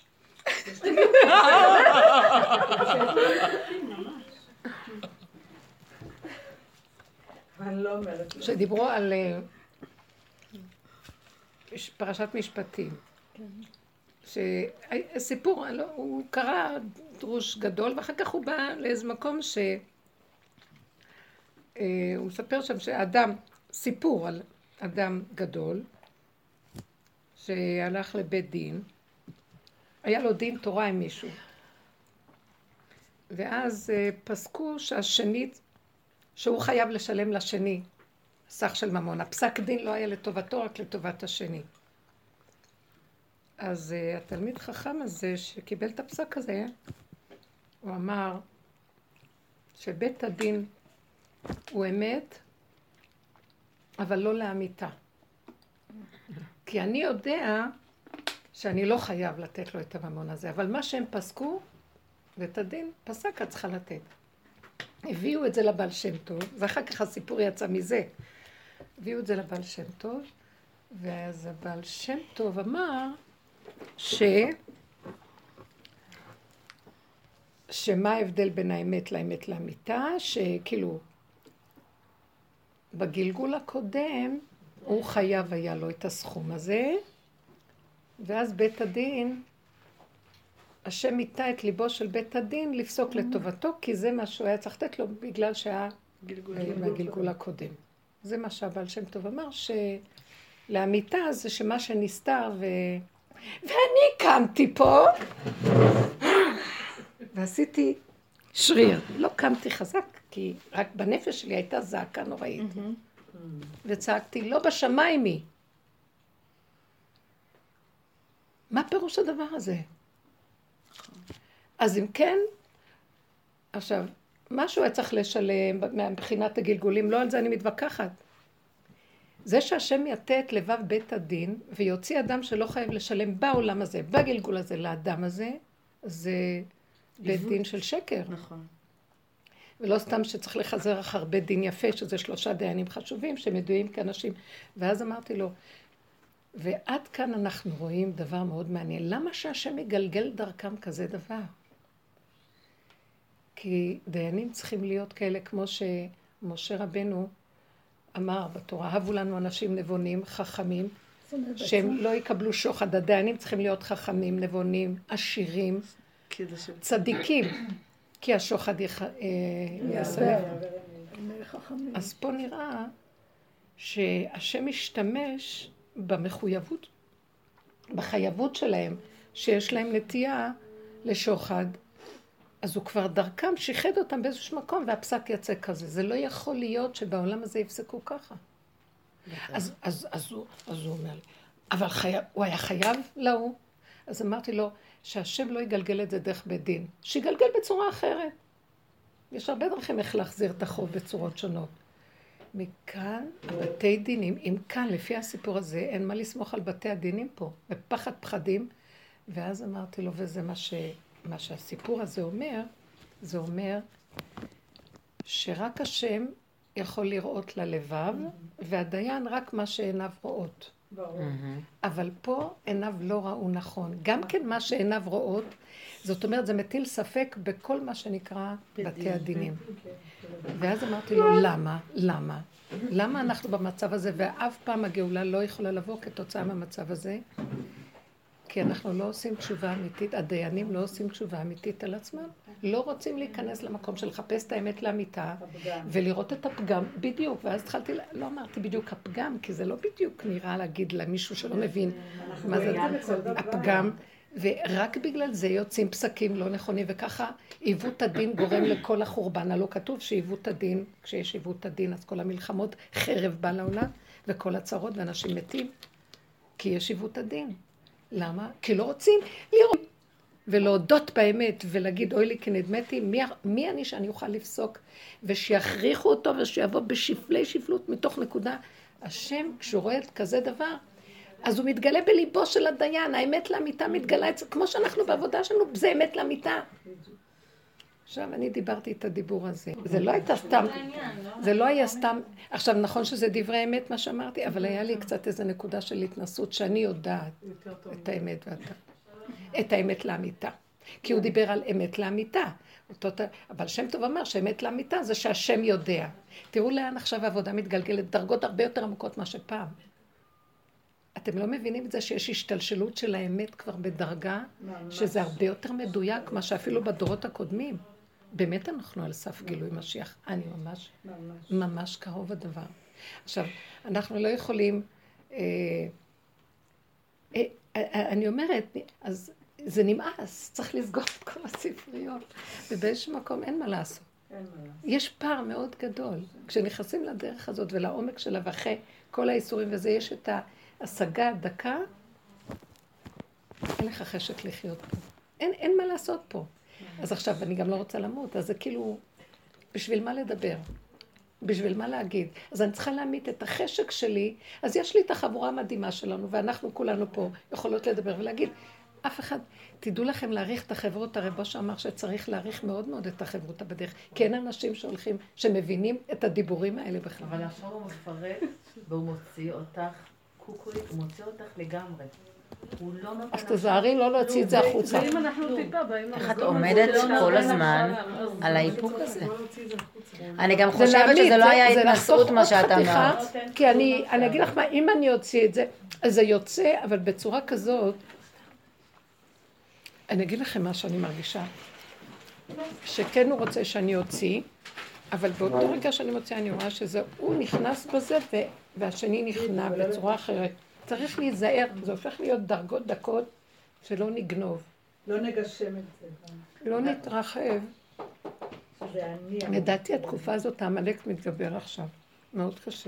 אני לא אומרת. שדיברו על פרשת משפטים. שהסיפור, הוא קרא דרוש גדול, ואחר כך הוא בא לאיזה מקום ש... הוא מספר שם שאדם, סיפור על אדם גדול, שהלך לבית דין, היה לו דין תורה עם מישהו. ואז פסקו שהשני, שהוא חייב לשלם לשני, סך של ממון. הפסק דין לא היה לטובתו, רק לטובת השני. אז התלמיד חכם הזה שקיבל את הפסק הזה, הוא אמר שבית הדין הוא אמת, אבל לא לאמיתה. כי אני יודע שאני לא חייב לתת לו את הממון הזה, אבל מה שהם פסקו, בית הדין פסק, את צריכה לתת. הביאו את זה לבעל שם טוב, ואחר כך הסיפור יצא מזה. הביאו את זה לבעל שם טוב, ואז הבעל שם טוב אמר ש... שמה ההבדל בין האמת לאמת לאמיתה, שכאילו בגלגול הקודם הוא חייב היה לו את הסכום הזה, ואז בית הדין, השם איתה את ליבו של בית הדין לפסוק לטובתו, כי זה מה שהוא היה צריך לתת לו בגלל שהיה בגלגול הקודם. זה מה שהבעל שם טוב אמר, שלאמיתה זה שמה שנסתר ו... ואני קמתי פה ועשיתי שריר. לא קמתי חזק, כי רק בנפש שלי הייתה זעקה נוראית. וצעקתי, לא בשמיים היא. מה פירוש הדבר הזה? אז אם כן, עכשיו, משהו היה צריך לשלם מבחינת הגלגולים, לא על זה אני מתווכחת. זה שהשם יתה את לבב בית הדין, ויוציא אדם שלא חייב לשלם בעולם הזה, בגלגול הזה, לאדם הזה, זה בית דין של שקר. נכון. ולא סתם שצריך לחזר אחר בית דין יפה, שזה שלושה דיינים חשובים, שהם ידועים כאנשים. ואז אמרתי לו, ועד כאן אנחנו רואים דבר מאוד מעניין. למה שהשם יגלגל דרכם כזה דבר? כי דיינים צריכים להיות כאלה כמו שמשה רבנו אמר בתורה, אהבו לנו אנשים נבונים, חכמים, שהם לא יקבלו שוחד. הדיינים צריכים להיות חכמים, נבונים, עשירים, צדיקים, כי השוחד יעשה. אז פה נראה שהשם משתמש במחויבות, בחייבות שלהם, שיש להם נטייה לשוחד, אז הוא כבר דרכם שיחד אותם באיזשהו מקום, והפסק יצא כזה. זה לא יכול להיות שבעולם הזה יפסקו ככה. אז, אז, אז, הוא, אז הוא אומר לי, אבל חי... הוא היה חייב להוא. אז אמרתי לו, שהשם לא יגלגל את זה דרך בית דין, שיגלגל בצורה אחרת. יש הרבה דרכים איך להחזיר את החוב בצורות שונות. מכאן, הבתי דינים, אם כאן, לפי הסיפור הזה, אין מה לסמוך על בתי הדינים פה, בפחד פחדים, ואז אמרתי לו, וזה מה ש... מה שהסיפור הזה אומר, זה אומר שרק השם יכול לראות ללבב, והדיין רק מה שעיניו רואות. אבל פה עיניו לא ראו נכון. גם כן מה שעיניו רואות, זאת אומרת, זה מטיל ספק בכל מה שנקרא בתי הדינים. ואז אמרתי לו, למה? למה? למה אנחנו במצב הזה, ואף פעם הגאולה לא יכולה לבוא כתוצאה מהמצב הזה? כי אנחנו לא עושים תשובה אמיתית, הדיינים לא עושים תשובה אמיתית על עצמם. לא רוצים להיכנס למקום של לחפש את האמת לאמיתה, ולראות את הפגם, בדיוק. ואז התחלתי, לא אמרתי בדיוק הפגם, כי זה לא בדיוק נראה להגיד למישהו שלא מבין מה זה הפגם. ורק בגלל זה יוצאים פסקים לא נכונים, וככה עיוות הדין גורם לכל החורבן. הלא כתוב שעיוות הדין, כשיש עיוות הדין, אז כל המלחמות חרב בא לעולם, וכל הצרות ואנשים מתים, כי יש עיוות הדין. למה? כי לא רוצים לראות ולהודות באמת ולהגיד אוי לי כי נדמתי, מי, מי אני שאני אוכל לפסוק ושיכריחו אותו ושיבוא בשפלי שפלות מתוך נקודה. השם כשהוא רואה את כזה דבר, אז הוא מתגלה בליבו של הדיין, האמת לאמיתה מתגלה, כמו שאנחנו בעבודה שלנו, זה אמת לאמיתה. עכשיו אני דיברתי את הדיבור הזה, זה לא הייתה סתם, זה לא היה סתם, עכשיו נכון שזה דברי אמת מה שאמרתי, אבל היה לי קצת איזו נקודה של התנסות שאני יודעת את האמת ואתה, את האמת לאמיתה, כי הוא דיבר על אמת לאמיתה, אבל שם טוב אמר שאמת לאמיתה זה שהשם יודע. תראו לאן עכשיו העבודה מתגלגלת, דרגות הרבה יותר עמוקות מה שפעם. אתם לא מבינים את זה שיש השתלשלות של האמת כבר בדרגה, שזה הרבה יותר מדויק מה שאפילו בדורות הקודמים. באמת אנחנו על סף גילוי משיח. אני ממש, ממש קרוב הדבר. עכשיו, אנחנו לא יכולים, אה, אה, אני אומרת, אז זה נמאס, צריך לסגור את כל הספריות, ובאיזשהו מקום אין מה לעשות. יש פער מאוד גדול. כשנכנסים לדרך הזאת ולעומק שלה, ואחרי כל האיסורים וזה, יש את ההשגה הדקה, אין לך חשק לחיות פה. אין, אין מה לעשות פה. אז עכשיו, אני גם לא רוצה למות, אז זה כאילו, בשביל מה לדבר? בשביל מה להגיד? אז אני צריכה להעמיד את החשק שלי, אז יש לי את החבורה המדהימה שלנו, ואנחנו כולנו פה יכולות לדבר ולהגיד, אף אחד, תדעו לכם להעריך את החברות, הרבו שאמר שצריך להעריך מאוד מאוד את החברות בדרך, כי אין אנשים שהולכים, שמבינים את הדיבורים האלה בכלל. אבל עכשיו הוא מפרט, והוא מוציא אותך, קוקורית, הוא מוציא אותך לגמרי. אז תזהרי לא להוציא את זה החוצה. ואם אנחנו טיפה באים... איך את עומדת כל הזמן על האיפוק הזה? אני גם חושבת שזה לא היה התנסות מה שאת אמרת. כי אני אגיד לך מה, אם אני אוציא את זה, אז זה יוצא, אבל בצורה כזאת, אני אגיד לכם מה שאני מרגישה, שכן הוא רוצה שאני אוציא, אבל באותו רגע שאני מוציאה אני רואה שזה, הוא נכנס בזה והשני נכנע בצורה אחרת. צריך להיזהר, זה הופך להיות דרגות דקות שלא נגנוב. לא נגשם את זה. לא נתרחב. לדעתי התקופה הזאת, העמלק מתגבר עכשיו. מאוד קשה.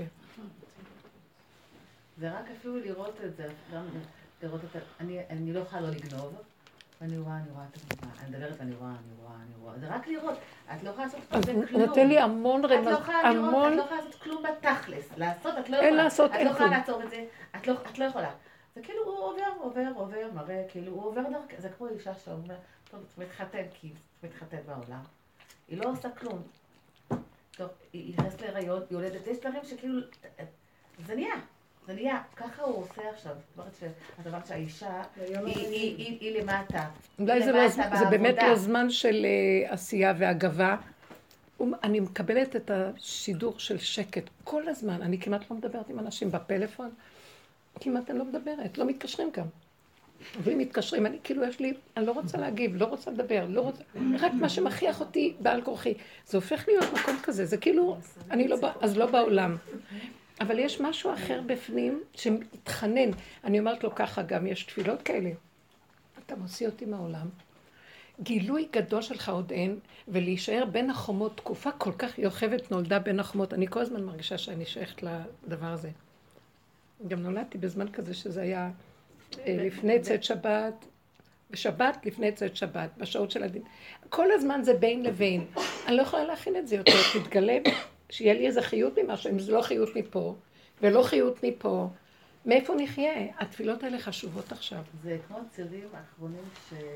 זה רק אפילו לראות את זה, גם לראות את זה, אני לא יכולה לא לגנוב, ואני רואה, אני רואה את זה, אני מדברת, אני רואה, אני רואה, אני רואה, זה רק לראות, את לא יכולה לעשות כלום. הוא נותן לי המון רמז, המון... את לא יכולה לעשות כלום בתכלס, לעשות, את לא אין יכולה, לעשות, את אין לא יכולה כלום. לעצור את זה, את לא יכולה. זה כאילו הוא עובר, עובר, עובר, מראה, כאילו הוא עובר דרך, זה כמו אישה שאומר, טוב, את מתחתן, כי את מתחתן בעולם. היא לא עושה כלום. טוב, היא נכנסת להיריון, היא יולדת, יש דברים שכאילו, זה נהיה. זה נהיה, ככה הוא עושה עכשיו. את אומרת שהאישה היא למטה. אולי זה באמת לא זמן של עשייה והגבה. אני מקבלת את השידור של שקט כל הזמן. אני כמעט לא מדברת עם אנשים בפלאפון. כמעט אני לא מדברת, לא מתקשרים גם. ואם מתקשרים, אני כאילו יש לי, אני לא רוצה להגיב, לא רוצה לדבר, לא רוצה, רק מה שמכריח אותי בעל כורחי. זה הופך להיות מקום כזה, זה כאילו, אני לא, אז לא בעולם. אבל יש משהו אחר בפנים שמתחנן. אני אומרת לו ככה, גם יש תפילות כאלה. אתה מוציא אותי מהעולם. גילוי גדול שלך עוד אין, ולהישאר בין החומות, תקופה כל כך יוכבת נולדה בין החומות. אני כל הזמן מרגישה שאני שייכת לדבר הזה. גם נולדתי בזמן כזה שזה היה לפני צאת שבת, בשבת לפני צאת שבת, בשעות של הדין. כל הזמן זה בין לבין. אני לא יכולה להכין את זה יותר, תתגלה, שיהיה לי איזה חיות ממשהו, אם זה לא חיות מפה, ולא חיות מפה. מאיפה נחיה? התפילות האלה חשובות עכשיו. זה כמו הצירים האחרונים ש...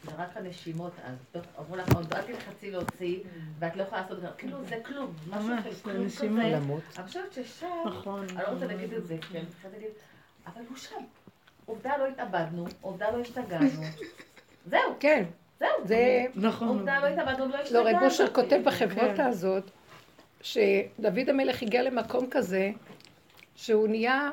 זה רק הנשימות אז. אמרו לך, עוד אל תלחצי להוציא, ואת לא יכולה לעשות גם, כאילו זה כלום, משהו של כלום כזה. אני חושבת ששם, אני לא רוצה להגיד את זה, כן, אני רוצה להגיד, אבל הוא שם. עובדה לא התאבדנו, עובדה לא השתגענו. זהו. כן. זהו. זה... נכון. עובדה לא התאבדנו, לא השתגענו. לא, רב אושר כותב בחברתה הזאת, שדוד המלך הגיע למקום כזה, שהוא נהיה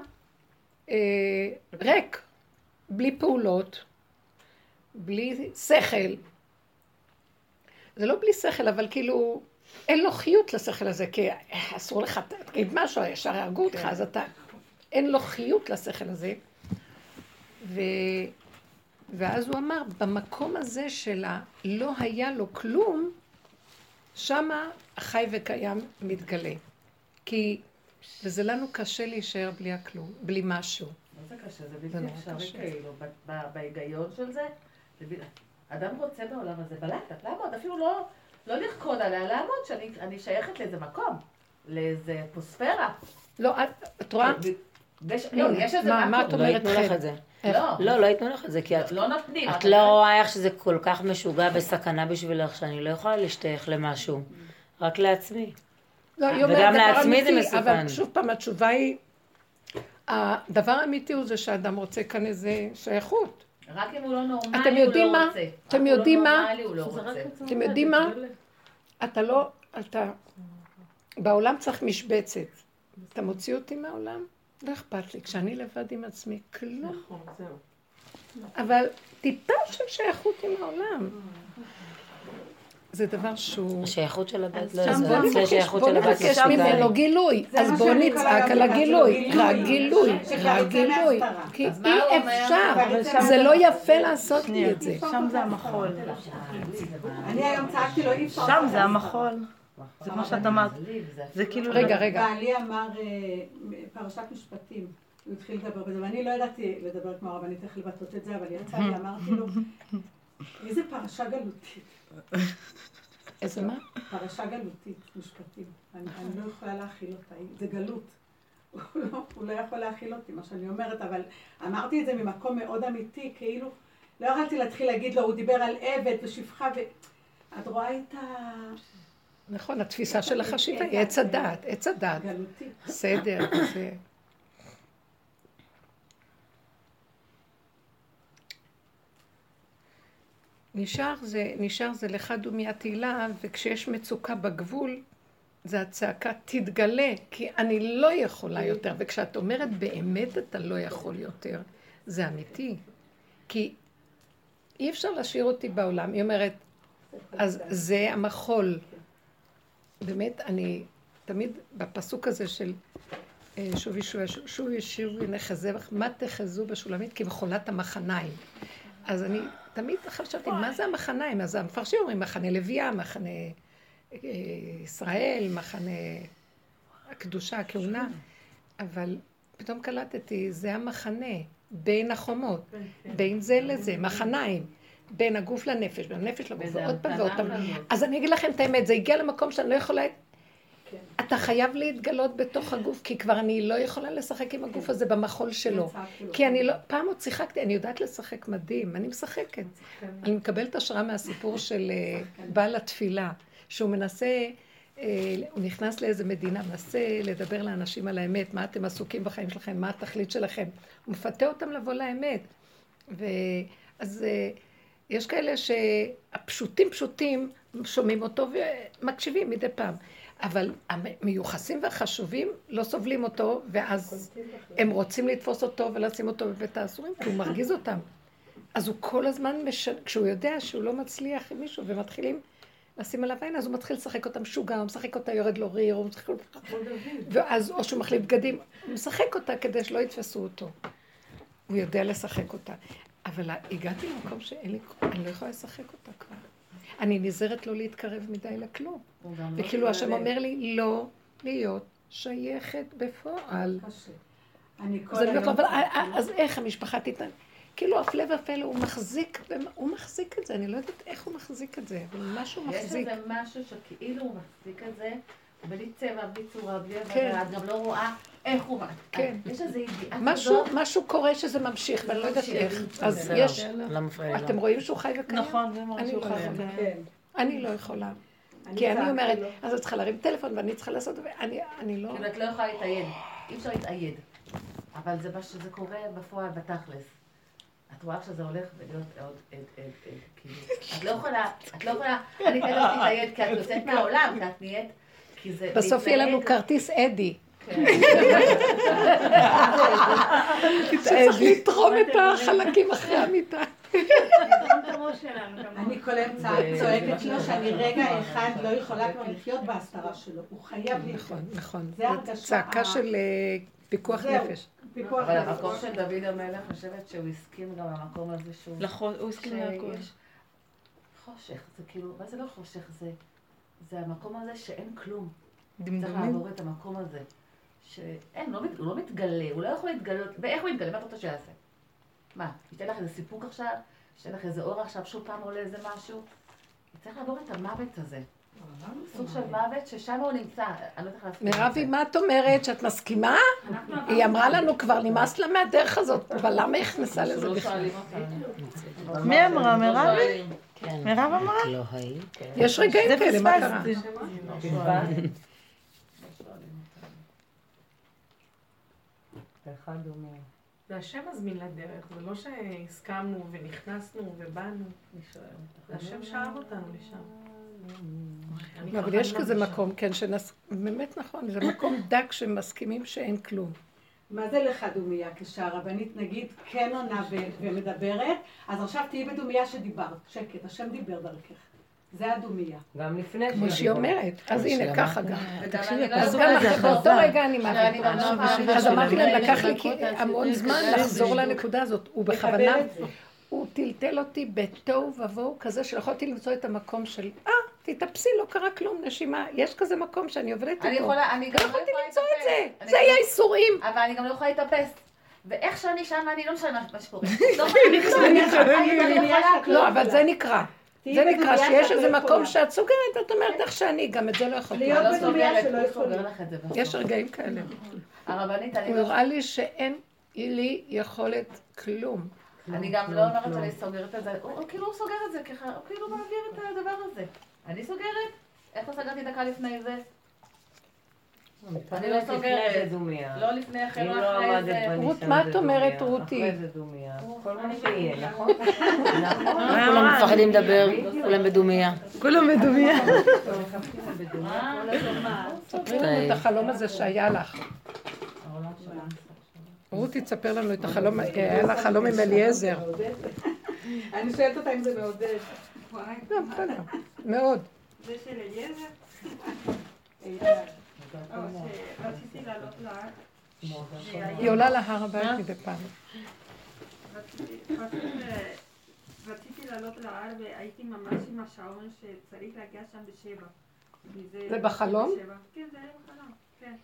ריק, בלי פעולות, בלי שכל. זה לא בלי שכל, אבל כאילו, אין לו חיות לשכל הזה, כי אסור לך, תגיד משהו, ישר יהרגו אותך, אז אתה, אין לו חיות לשכל הזה. ו... ואז הוא אמר, במקום הזה שלה לא היה לו כלום, שמה החי וקיים מתגלה. כי, וזה לנו קשה להישאר בלי הכלום, בלי משהו. מה זה קשה? זה בלתי אפשרי כאילו, בהיגיון של זה, אדם רוצה בעולם הזה בלטת, לעמוד, אפילו לא, לא לרקוד עליה, לעמוד שאני שייכת לאיזה מקום, לאיזה פוספירה. לא, את, את רואה? לא, יש איזה מקום. מה את אומרת לך את זה? לא, לא, לא ייתנו לך את זה, כי את לא נותנים. את לא רואה איך שזה כל כך משוגע בסכנה בשבילך, שאני לא יכולה להשתייך למשהו, רק לעצמי. וגם לעצמי זה מסוכן. אבל שוב פעם, התשובה היא, הדבר האמיתי הוא זה שאדם רוצה כאן איזה שייכות. רק אם הוא לא נורמלי, הוא לא רוצה. אתם יודעים מה? הוא לא רוצה. אתם יודעים מה? אתה לא, אתה, בעולם צריך משבצת. אתה מוציא אותי מהעולם? לא אכפת לי, כשאני לבד עם עצמי, כלום. נכון, זהו. אבל טיפה של שייכות עם העולם. זה דבר שהוא... השייכות של הבת, לא, אז בוא נבקש ממנו גילוי. אז בוא נצעק על הגילוי. רק גילוי, רק גילוי. כי אי אפשר, זה לא יפה לעשות לי את זה. שם זה המחול. אני היום צעקתי לו, אי אפשר. שם זה המחול. זה כמו שאת אמרת. זה כאילו... רגע, רגע. בעלי אמר פרשת משפטים. הוא התחיל לדבר בזה, ואני לא ידעתי לדבר כמו הרבנית איך לבטאות את זה, אבל יצא לי, אמרתי לו, איזה פרשה גלותית. איזה מה? פרשה גלותית, משפטים. אני לא יכולה להכיל אותה, זה גלות. הוא לא יכול להכיל אותי, מה שאני אומרת, אבל אמרתי את זה ממקום מאוד אמיתי, כאילו, לא יכולתי להתחיל להגיד לו, הוא דיבר על עבד ושפחה, ואת רואה את ה... נכון, התפיסה של החשיבה היא עץ הדעת, עץ הדעת. גלותי. בסדר, זה... נשאר זה, נשאר זה לך דומי התהילה, וכשיש מצוקה בגבול, זה הצעקה תתגלה, כי אני לא יכולה יותר, וכשאת אומרת באמת אתה לא יכול יותר, זה אמיתי. כי אי אפשר להשאיר אותי בעולם, היא אומרת, אז זה המחול. באמת, אני תמיד בפסוק הזה של שוב ישוע, שוב ישוב נחזה בך, מה תחזו בשולמית? כי מחולת המחניים. אז אני תמיד חשבתי, מה זה המחניים? אז המפרשים אומרים, מחנה לוויה, מחנה ישראל, מחנה הקדושה, הכהונה. אבל פתאום קלטתי, זה המחנה, בין החומות, בין זה לזה, מחניים. בין הגוף לנפש, בין הנפש לגוף, ועוד פעם ועוד פעם. אז אני אגיד לכם את האמת, זה הגיע למקום שאני לא יכולה... אתה חייב להתגלות בתוך הגוף, כי כבר אני לא יכולה לשחק עם הגוף הזה במחול שלו. כי אני לא... פעם עוד שיחקתי, אני יודעת לשחק מדהים, אני משחקת. אני מקבלת השראה מהסיפור של בעל התפילה, שהוא מנסה, הוא נכנס לאיזה מדינה, מנסה לדבר לאנשים על האמת, מה אתם עסוקים בחיים שלכם, מה התכלית שלכם. הוא מפתה אותם לבוא לאמת. ואז... יש כאלה שהפשוטים פשוטים שומעים אותו ומקשיבים מדי פעם, אבל המיוחסים והחשובים לא סובלים אותו, ואז הם רוצים לתפוס אותו ולשים אותו בבית האסורים, כי הוא מרגיז אותם. אז הוא כל הזמן, מש... כשהוא יודע שהוא לא מצליח עם מישהו ומתחילים לשים עליו עין, אז הוא מתחיל לשחק אותה משוגע, הוא משחק אותה יורד לו ריר, הוא משחק אותה... ואז או שהוא מחליף בגדים, הוא משחק אותה כדי שלא יתפסו אותו. הוא יודע לשחק אותה. אבל הגעתי למקום שאין לי, אני לא יכולה לשחק אותה כבר. אני נזהרת לא להתקרב מדי לכלום. וכאילו השם אומר לי, לא להיות שייכת בפועל. אז איך המשפחה תתנהל? כאילו הפלא ופלא, הוא מחזיק, הוא מחזיק את זה, אני לא יודעת איך הוא מחזיק את זה, אבל משהו מחזיק. יש איזה משהו שכאילו הוא מחזיק את זה, בלי צבע, בלי צורה, בלי עבודה, את גם לא רואה איך הוא... כן. יש איזה ידיעה משהו, משהו קורה שזה ממשיך, ואני לא יודעת איך. אז יש... אתם רואים שהוא חי וקיים? נכון, זה מראה שהוא חי וקיים. אני לא יכולה. כי אני אומרת, אז את צריכה להרים טלפון ואני צריכה לעשות, ואני לא... כאילו, את לא יכולה להתאייד. אי אפשר להתאייד. אבל זה מה שזה קורה בפועל, בתכלס. את רואה שזה הולך ולהיות עוד עד, עד, עד, כאילו. את לא יכולה, את לא יכולה, אני תכף תתאייד כי את יוצאת מהעולם, כי את נהיית, כי זה... בסוף יהיה לנו כרטיס אדי. שצריך לתרום את החלקים אחרי המיטה. אני כל אמצע צועקת לו שאני רגע אחד לא יכולה כבר לחיות בהסתרה שלו. הוא חייב לי. נכון, נכון. זה הרגשה... צעקה של פיקוח נפש. אבל המקום של דוד המלך, אני חושבת שהוא הסכים גם למקום הזה שהוא... נכון, הוא הסכים להכל. חושך, זה כאילו, מה זה לא חושך? זה המקום הזה שאין כלום. דמדומים. צריך לעבור את המקום הזה. שאין, הוא לא מתגלה, הוא לא יכול להתגלות, ואיך הוא יתגלה? מה אתה רוצה שיעשה? מה, ייתן לך איזה סיפוק עכשיו? ייתן לך איזה אור עכשיו, שוב פעם עולה איזה משהו? צריך לעבור את המוות הזה. סוג של מוות ששם הוא נמצא, אני לא יודעת להסכים. מירבי, מה את אומרת? שאת מסכימה? היא אמרה לנו כבר, נמאס לה מהדרך הזאת, אבל למה היא הכנסה לזה בכלל? מי אמרה? מירבי? מירב אמרה? יש רגעים כאלה, מה קרה? אחד אומר. זה השם מזמין לדרך, זה לא שהסכמנו ונכנסנו ובאנו. זה השם שאב אותנו לשם. אבל יש כזה מקום, כן, באמת נכון, זה מקום דק שמסכימים שאין כלום. מה זה לך דומיה? כשהרבנית נגיד כן עונה ומדברת, אז עכשיו תהיי בדומיה שדיברת, שקט, השם דיבר דרכך. זה הדומיה. גם לפני כמו שהיא אומרת, אז הנה, ככה גם. אז גם באותו רגע אני מעבירה. אז אמרתי להם, לקח לי המון זמן לחזור לנקודה הזאת. הוא בכוונה, הוא טלטל אותי בתוהו ובוהו כזה שלא יכולתי למצוא את המקום של, אה, תתאפסי, לא קרה כלום, נשימה. יש כזה מקום שאני עובדת איתו. אני יכולה, אני גם לא יכולתי למצוא את זה. זה היה איסורים. אבל אני גם לא יכולה להתאפס. ואיך שאני שם, אני לא משנה מה שקורה. לא, אבל זה נקרא. זה נקרא שיש איזה מקום שאת סוגרת, את אומרת איך שאני, גם את זה לא יכולתי. להיות בדומיה שלא יכולה. יש רגעים כאלה. הרבנית, אני הוא הראה לי שאין לי יכולת כלום. אני גם לא אומרת שאני סוגרת את זה, הוא כאילו הוא סוגר את זה ככה, הוא כאילו מעביר את הדבר הזה. אני סוגרת? איך לא סגרתי דקה לפני זה? אני לא סוגרת. לא לפני אחרי, לא אחרי זה. רות, מה את אומרת, רותי? אחרי זה דומיה. כל מה שיהיה, נכון? כולם מפחדים לדבר, כולם בדומיה. כולם בדומיה. ספרי לנו את החלום הזה שהיה לך. רותי, תספר לנו את החלום, היה לך חלום עם אליעזר. אני שואלת אותה אם זה מעודד. מאוד. זה של אליעזר? רציתי לעלות להר. היא עולה להר הבית מדי פעם. רציתי לעלות להר והייתי ממש עם השעון שצריך להגיע שם בשבע. זה בחלום? כן, זה היה בחלום, כן.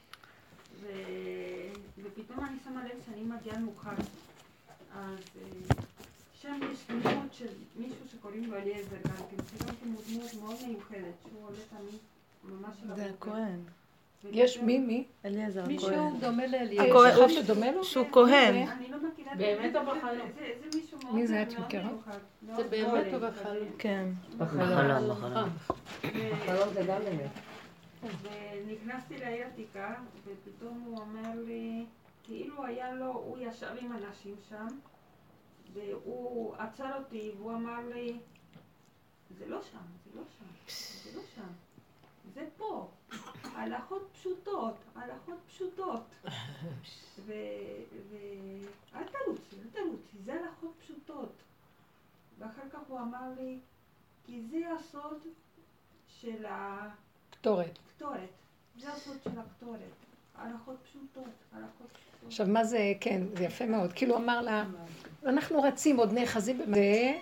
ופתאום אני שמה לב שאני מגיעה מאוחר. אז שם יש דמות של מישהו שקוראים לו אליעזר גם כן. פתאום דמות מאוד מיוחדת שהוא עולה תמיד ממש עם זה הכהן. יש מי? מי? אליעזר הכהן. מישהו דומה לאליעזר. הכהן שדומה לו? שהוא כהן. אני לא מכירה את זה. באמת או בחלום? זה מישהו מאוד מי זה את מכירה? זה באמת או בחלום? כן. בחלום, בחלום. בחלום זה גם באמת. ונכנסתי לעיר עתיקה, ופתאום הוא אומר לי, כאילו היה לו, הוא ישב עם אנשים שם, והוא עצר אותי, והוא אמר לי, זה לא שם, זה לא שם, זה לא שם, זה פה, הלכות פשוטות, הלכות פשוטות. ואל תרוצי, אל תרוצי, זה הלכות פשוטות. ואחר כך הוא אמר לי, כי זה הסוד של ה... קטורת. קטורת. זה הסוד של הקטורת. הלכות פשוטות, הלכות פשוטות. עכשיו, מה זה, כן, זה יפה מאוד. כאילו אמר לה, אנחנו רצים עוד נאחזים במה.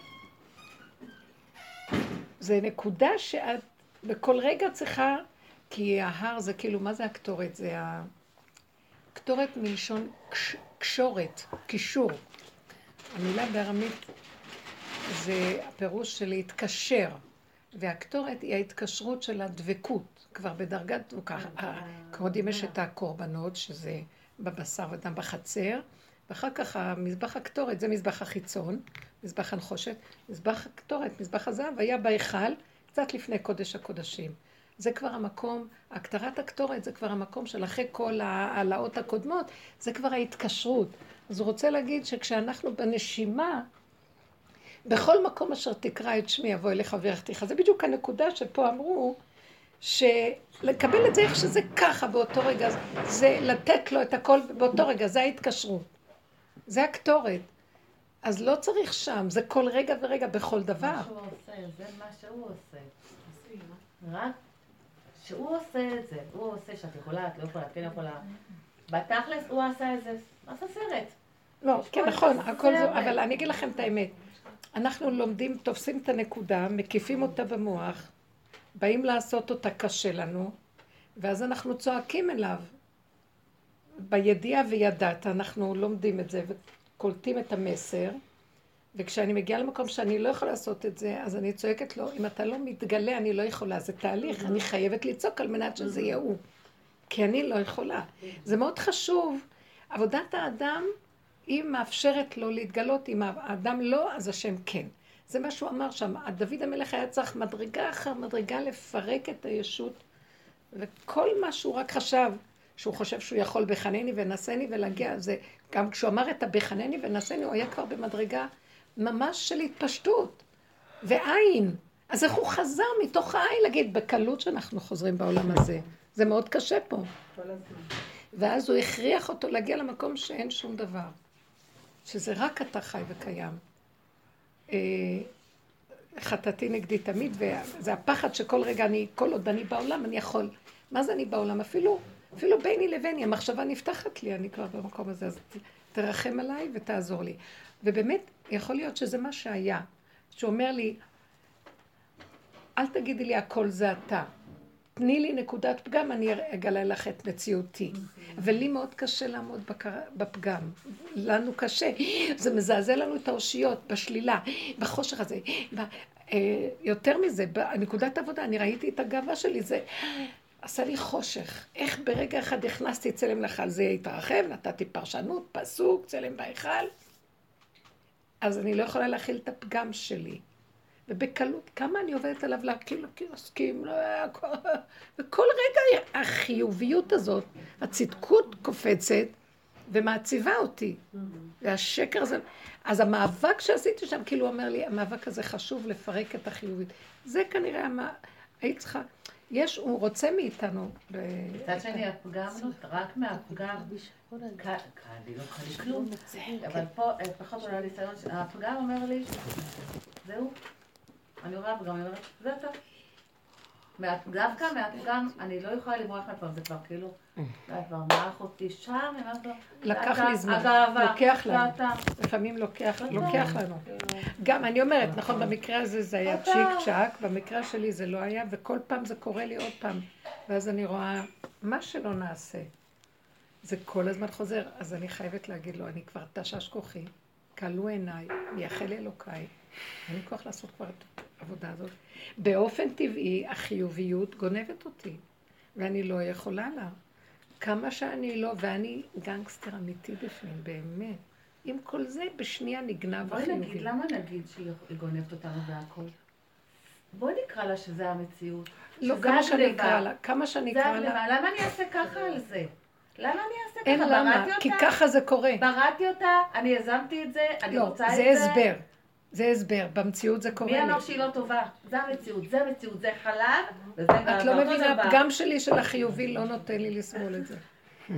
זה נקודה שאת בכל רגע צריכה, כי ההר זה כאילו, מה זה הקטורת? זה הקטורת מלשון קש, קשורת, קישור. המילה בארמית זה הפירוש של להתקשר. והקטורת היא ההתקשרות של הדבקות. כבר בדרגת דבוקה. קודם יש את הקורבנות, שזה בבשר ודם בחצר, ואחר כך המזבח הקטורת, זה מזבח החיצון, מזבח הנחושת, מזבח הקטורת, מזבח הזהב, היה בהיכל, קצת לפני קודש הקודשים. זה כבר המקום, הקטרת הקטורת זה כבר המקום של אחרי כל העלאות הקודמות, זה כבר ההתקשרות. אז הוא רוצה להגיד שכשאנחנו בנשימה, בכל מקום אשר תקרא את שמי יבוא אליך וירחתיך. זה בדיוק הנקודה שפה אמרו, שלקבל את זה איך שזה ככה באותו רגע, זה לתת לו את הכל באותו רגע, זה ההתקשרות. זה הקטורת. אז לא צריך שם, זה כל רגע ורגע בכל דבר. מה שהוא עושה, זה מה שהוא עושה. רק שהוא עושה את זה, הוא עושה שאת יכולה, את לא יכולה, את כן יכולה. בתכלס הוא עשה את זה, עשה סרט. לא, כן, נכון, הכל זה, אבל אני אגיד לכם את האמת. אנחנו לומדים, תופסים את הנקודה, מקיפים אותה במוח, באים לעשות אותה קשה לנו, ואז אנחנו צועקים אליו. בידיעה וידעת, אנחנו לומדים את זה וקולטים את המסר, וכשאני מגיעה למקום שאני לא יכולה לעשות את זה, אז אני צועקת לו, אם אתה לא מתגלה, אני לא יכולה. זה תהליך, אני חייבת לצעוק על מנת שזה יהיה הוא. כי אני לא יכולה. זה מאוד חשוב. עבודת האדם, היא מאפשרת לו להתגלות. אם האדם לא, אז השם כן. זה מה שהוא אמר שם. דוד המלך היה צריך מדרגה אחר מדרגה לפרק את הישות, וכל מה שהוא רק חשב, שהוא חושב שהוא יכול בחנני ונסני ולהגיע, זה גם כשהוא אמר את הבחנני ונסני, הוא היה כבר במדרגה ממש של התפשטות ועין. אז איך הוא חזר מתוך העין להגיד בקלות שאנחנו חוזרים בעולם הזה. זה מאוד קשה פה. ואז הוא הכריח אותו להגיע למקום שאין שום דבר. שזה רק אתה חי וקיים. חטאתי נגדי תמיד, וזה הפחד שכל רגע אני, כל עוד אני בעולם, אני יכול. מה זה אני בעולם? אפילו, אפילו ביני לביני, המחשבה נפתחת לי, אני כבר במקום הזה, אז תרחם עליי ותעזור לי. ובאמת, יכול להיות שזה מה שהיה, שאומר לי, אל תגידי לי הכל זה אתה. תני לי נקודת פגם, אני אגלה לך את מציאותי. אבל לי מאוד קשה לעמוד בפגם. לנו קשה. זה מזעזע לנו את האושיות, בשלילה, בחושך הזה. יותר מזה, בנקודת עבודה, אני ראיתי את הגאווה שלי, זה עשה לי חושך. איך ברגע אחד הכנסתי צלם לחל, זה התרחב, נתתי פרשנות, פסוק, צלם בהיכל. אז אני לא יכולה להכיל את הפגם שלי. ובקלות, כמה אני עובדת עליו להכיל, להכיל, להסכים, לא היה... וכל רגע החיוביות הזאת, הצדקות קופצת ומעציבה אותי. והשקר הזה... אז המאבק שעשיתי שם, כאילו אומר לי, המאבק הזה חשוב לפרק את החיובית. זה כנראה, המה... היית צריכה... יש, הוא רוצה מאיתנו... קצת שאני הפגם, רק מהפגם, קל לי, לא קל לי כלום, אבל פה פחות עולה לי סיון, הפגם אומר לי, זהו, אני רואה הפגם, אני אומרת, זה טוב. דווקא מהפגם, אני לא יכולה לברוח מהפגם, זה כבר כאילו, זה כבר מערך אותי שם, לקח לי זמן, לוקח לנו, לפעמים לוקח לנו. גם אני אומרת, נכון, במקרה הזה זה היה צ'יק צ'אק, במקרה שלי זה לא היה, וכל פעם זה קורה לי עוד פעם, ואז אני רואה, מה שלא נעשה, זה כל הזמן חוזר, אז אני חייבת להגיד לו, אני כבר תשש כוחי, קלו עיניי, מייחל אלוקיי, אין לי כוח לעשות כבר את העבודה הזאת. באופן טבעי, החיוביות גונבת אותי, ואני לא יכולה לה. כמה שאני לא, ואני גנגסטר אמיתי בפנים, באמת. עם כל זה, בשנייה נגנב החיובי. בואי נגיד, למה נגיד שהיא גונבת אותנו בהכל? בואי נקרא לה שזה המציאות. לא, כמה שאני אקרא לה, כמה שאני אקרא לה. למה אני אעשה ככה על זה? למה אני אעשה ככה? אין למה, כי ככה זה קורה. בראתי אותה, אני יזמתי את זה, אני רוצה את זה. לא, זה הסבר. זה הסבר, במציאות זה קורה לי. מי אמר שהיא לא טובה? זה המציאות, זה המציאות, זה חלב, וזה את לא מבינה, הפגם שלי של החיובי לא נותן לי לסבול את זה.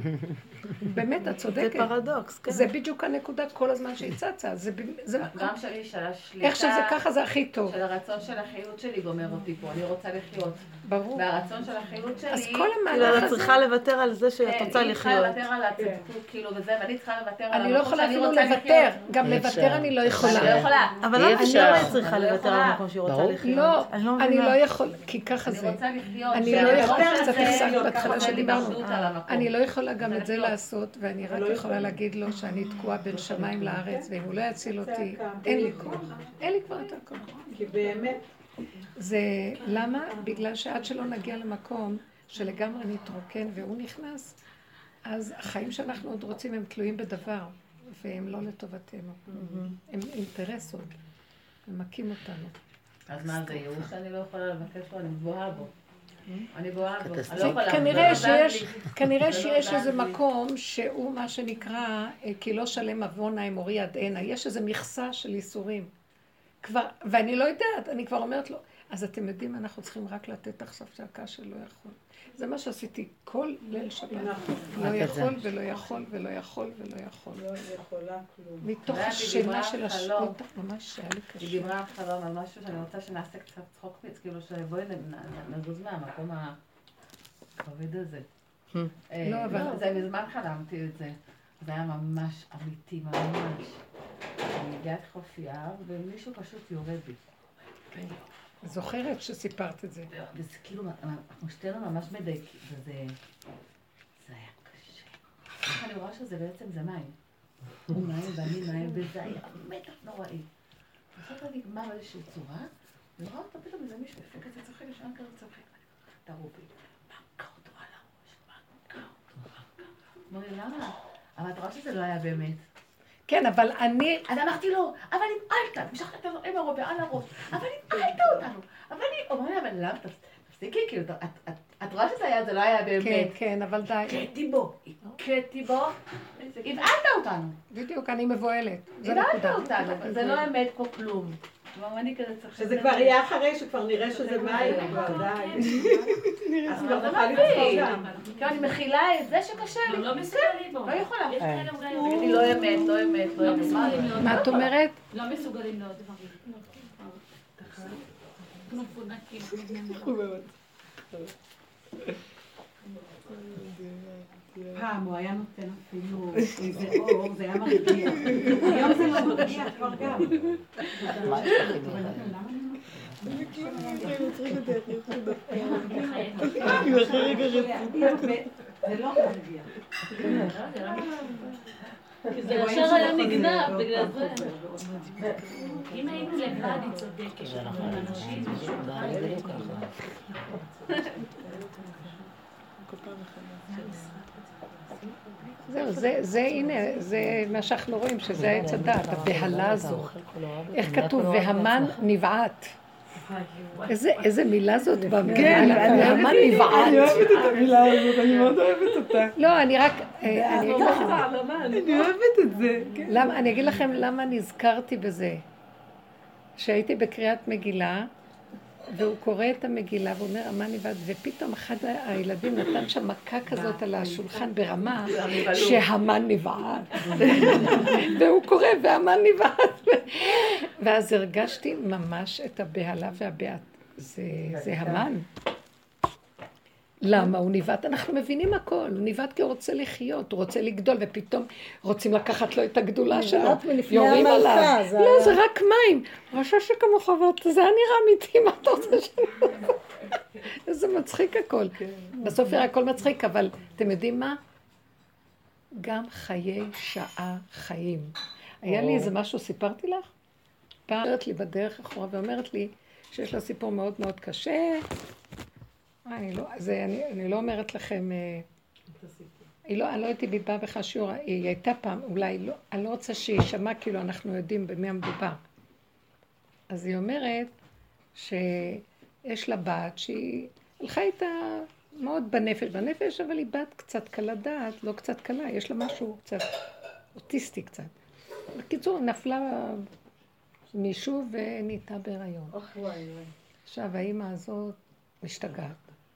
באמת, את צודקת. זה פרדוקס, כן. זה בדיוק הנקודה כל הזמן שהיא צצה. הפגם שלי של השליטה, איך שזה ככה זה הכי טוב. של הרצון של החיות שלי גומר אותי פה, אני רוצה לחיות. ברור. והרצון של החיות שלי... אז כל המהלך הזה... את צריכה לוותר על זה שאת רוצה לחיות. היא צריכה לוותר על הצדקות, כאילו, וזה, ואני צריכה לוותר על אני לא יכולה אפילו לוותר. גם לוותר אני לא יכולה. אני לא יכולה. אבל למה היא צריכה לוותר על המקום שהיא רוצה לחיות? לא, אני לא יכולה, כי ככה זה. אני רוצה לחיות. אני לא יכולה, קצת הפסקת בהתחלה שדיברנו. אני לא יכולה גם את זה לעשות, ואני רק יכולה להגיד לו שאני תקועה בין שמיים לארץ, ואם הוא לא יציל אותי, אין לי כוח. אין לי כבר יותר כוח. כי באמת... זה למה? בגלל שעד שלא נגיע למקום שלגמרי נתרוקן והוא נכנס, אז החיים שאנחנו עוד רוצים הם תלויים בדבר, והם לא לטובתנו. הם אינטרסות, הם מכים אותנו. אז מה זה ייאוש? אני לא יכולה לבקש לו, אני גבוהה בו. אני גבוהה בו. כנראה שיש איזה מקום שהוא מה שנקרא, כי לא שלם עוונה עם אורי עד הנה, יש איזה מכסה של איסורים. כבר, ואני לא יודעת, אני כבר אומרת לו, אז אתם יודעים, אנחנו צריכים רק לתת עכשיו צעקה שלא יכול. זה מה שעשיתי כל ליל שבת. לא יכול ולא יכול ולא יכול ולא יכול. לא יכולה כלום. מתוך השינה של השעות, ממש היה לי קשה. היא דיברה על חלום, על משהו שאני רוצה שנעשה קצת צחוק, כאילו שבואי נגוז מהמקום הכבד הזה. לא, אבל... זה מזמן חלמתי את זה. זה היה ממש אמיתי, ממש. אני הגיעה את חופיה, ומישהו פשוט יורד בי. זוכרת שסיפרת את זה. וזה כאילו, אנחנו שתינו ממש מדייקים, וזה... זה היה קשה. איך אני רואה שזה בעצם זה מים. הוא מים ואני מים, וזה היה מתח נוראי. בסוף זה נגמר באיזושהי צורה, ורואה אותה פתאום איזה מישהו, הפק את זה צוחק, ישן כזה צוחק. תראו בי, מכה אותו על הראש, מכה אותו, מכה. אמרו לי, למה? אבל את רואה שזה לא היה באמת. כן, אבל אני... אז אמרתי לו, אבל אם אהלת, משכת עם הרובה על הראש, אבל אם אהלת אותנו, אבל אם... אומר לי, אבל למה? תפסיקי, כאילו, את רואה שזה היה, זה לא היה באמת. כן, כן, אבל די. הכיתי בו, הכיתי בו, הבאלת אותנו. בדיוק, אני מבועלת. הבאלת אותנו, זה לא אמת פה כלום. שזה כבר יהיה אחרי שכבר נראה שזה מים, כבר די. אז כבר תוכל לצחוק גם. כי אני מכילה את זה שקשה לי. לא מסוגלים בו. לא יכולה. תגידי, לא אמת, לא אמת, לא אמת. מה את אומרת? לא מסוגלים לעוד דברים. כמו פונקים. פעם הוא היה נותן אפילו איזה אור, זה היה מרגיע. היום זה לא מרגיע, כבר גם. מה יש לך זה לא מרגיע. זה ישר היה נגנב, בגלל זה. אם היינו לבד, היא צודקת. אנשים זהו, זה, הנה, זה מה שאנחנו רואים, שזה העץ הדעת, הבהלה הזו. איך כתוב? והמן נבעט. איזה מילה זאת במגילה? והמן נבעט. אני אוהבת את המילה הזאת, אני מאוד אוהבת אותה. לא, אני רק... אני אוהבת את זה. אני אגיד לכם למה נזכרתי בזה. שהייתי בקריאת מגילה, והוא קורא את המגילה ואומר, המן נבעט, ופתאום אחד הילדים נתן שם מכה כזאת על השולחן ברמה, שהמן נבעט. והוא קורא, והמן נבעט. ואז הרגשתי ממש את הבהלה והבעט. זה המן. למה? הוא נבעט, אנחנו מבינים הכל, הוא נבעט כי הוא רוצה לחיות, הוא רוצה לגדול, ופתאום רוצים לקחת לו את הגדולה שלו, יורים עליו. לא, זה רק מים. רשע שכמוך ואת, זה היה נראה אמיתי, מה אתה רוצה שלנו? איזה מצחיק הכל. בסוף יראה הכל מצחיק, אבל אתם יודעים מה? גם חיי שעה חיים. היה לי איזה משהו, סיפרתי לך? פעם אומרת לי בדרך אחורה ואומרת לי שיש לה סיפור מאוד מאוד קשה, אני לא, זה, אני, אני לא אומרת לכם, היא לא, אני לא הייתי ביבא בך שיעור, היא הייתה פעם, אולי לא, אני לא רוצה שישמע כאילו אנחנו יודעים במי המדובר. אז היא אומרת שיש לה בת שהיא הלכה איתה מאוד בנפש, בנפש, אבל היא בת קצת קלה דעת, לא קצת קלה, יש לה משהו קצת אוטיסטי קצת. בקיצור, נפלה מישהו ונהייתה בהיריון. עכשיו, האמא הזאת משתגעת.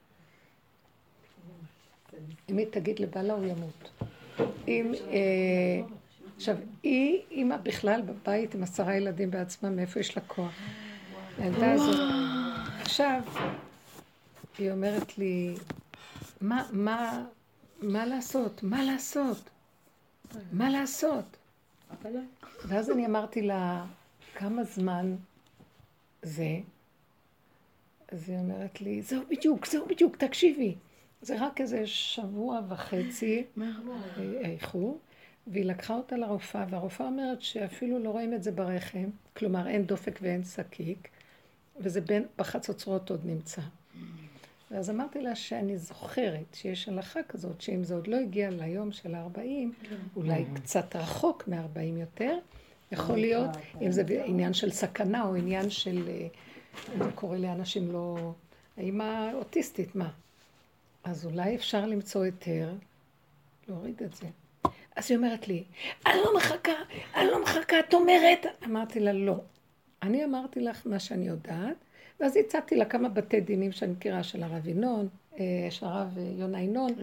אם היא תגיד לבעלה הוא ימות. אם, אה, עכשיו, היא, אמא בכלל בבית עם עשרה ילדים בעצמה, מאיפה יש לה כוח? הילדה הזאת. עכשיו, היא אומרת לי, מה, מה, מה לעשות? מה לעשות? מה לעשות? ואז אני אמרתי לה, כמה זמן זה? אז היא אומרת לי, זהו בדיוק, זהו בדיוק, תקשיבי. זה רק איזה שבוע וחצי איחור, והיא לקחה אותה לרופאה, והרופאה אומרת שאפילו לא רואים את זה ברחם, כלומר אין דופק ואין סקיק, וזה בין בחצוצרות עוד נמצא. ואז אמרתי לה שאני זוכרת שיש הלכה כזאת, שאם זה עוד לא הגיע ליום של הארבעים, אולי קצת רחוק מארבעים יותר, יכול להיות, אם זה עניין של סכנה או עניין של, זה קורה לאנשים לא, האמא אוטיסטית, מה? אז אולי אפשר למצוא היתר, להוריד את זה. אז היא אומרת לי, אני לא מחכה, אני לא מחכה, את אומרת? אמרתי לה, לא. אני אמרתי לך מה שאני יודעת, ואז הצעתי לה כמה בתי דינים שאני מכירה, של הרב ינון, של הרב יונה ינון,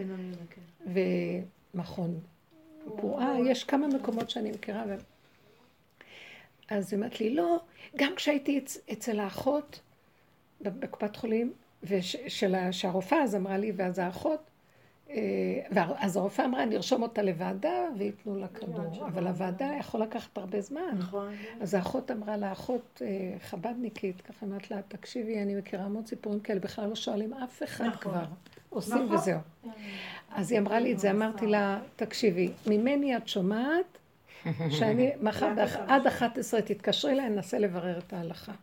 ומכון פועה, יש כמה מקומות שאני מכירה. ו... אז היא אומרת לי, לא, גם כשהייתי אצל האחות, בקופת חולים, ושהרופאה אז אמרה לי, ואז האחות, אז הרופאה אמרה, נרשום אותה לוועדה ויתנו לה כדור, אבל הוועדה יכול לקחת הרבה זמן. אז האחות אמרה לאחות חבדניקית, ככה אמרת לה, תקשיבי, אני מכירה המון סיפורים כאלה, בכלל לא שואלים אף אחד כבר, עושים וזהו. אז היא אמרה לי את זה, אמרתי לה, תקשיבי, ממני את שומעת, שאני מחר עד אחת עשרה תתקשרי לה, ננסה לברר את ההלכה.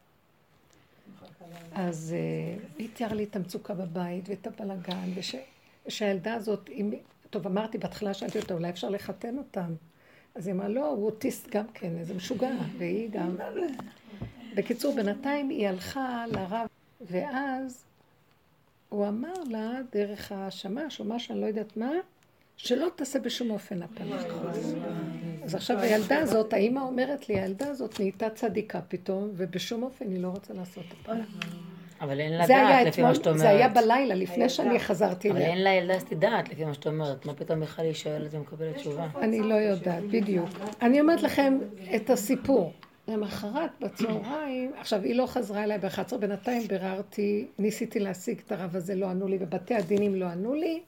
אז היא תיאר לי את המצוקה בבית ואת הבלגן, ושהילדה הזאת, טוב, אמרתי בהתחלה, שאלתי אותה, אולי אפשר לחתן אותם. אז היא אמרה, לא, הוא אוטיסט גם כן, איזה משוגע, והיא גם... בקיצור, בינתיים היא הלכה לרב, ואז הוא אמר לה, דרך השמש, או מה שאני לא יודעת מה, שלא תעשה בשום אופן הפלה. אז עכשיו הילדה הזאת, האמא אומרת לי, הילדה הזאת נהייתה צדיקה פתאום, ובשום אופן היא לא רוצה לעשות הפלה. אבל אין לה דעת לפי מה שאת אומרת. זה היה בלילה, לפני שאני חזרתי אליה. אליה. אבל אין לה ילדה שתי דעת לפי מה שאת אומרת. מה פתאום בכלל היא שואלת ומקבלת תשובה? אני לא יודעת, בדיוק. אני אומרת לכם את הסיפור. למחרת בצהריים, עכשיו היא לא חזרה אליי ב-אחת עשרה, בינתיים ביררתי, ניסיתי להשיג את הרב הזה, לא ענו לי, בבתי הדינים לא ענו לי.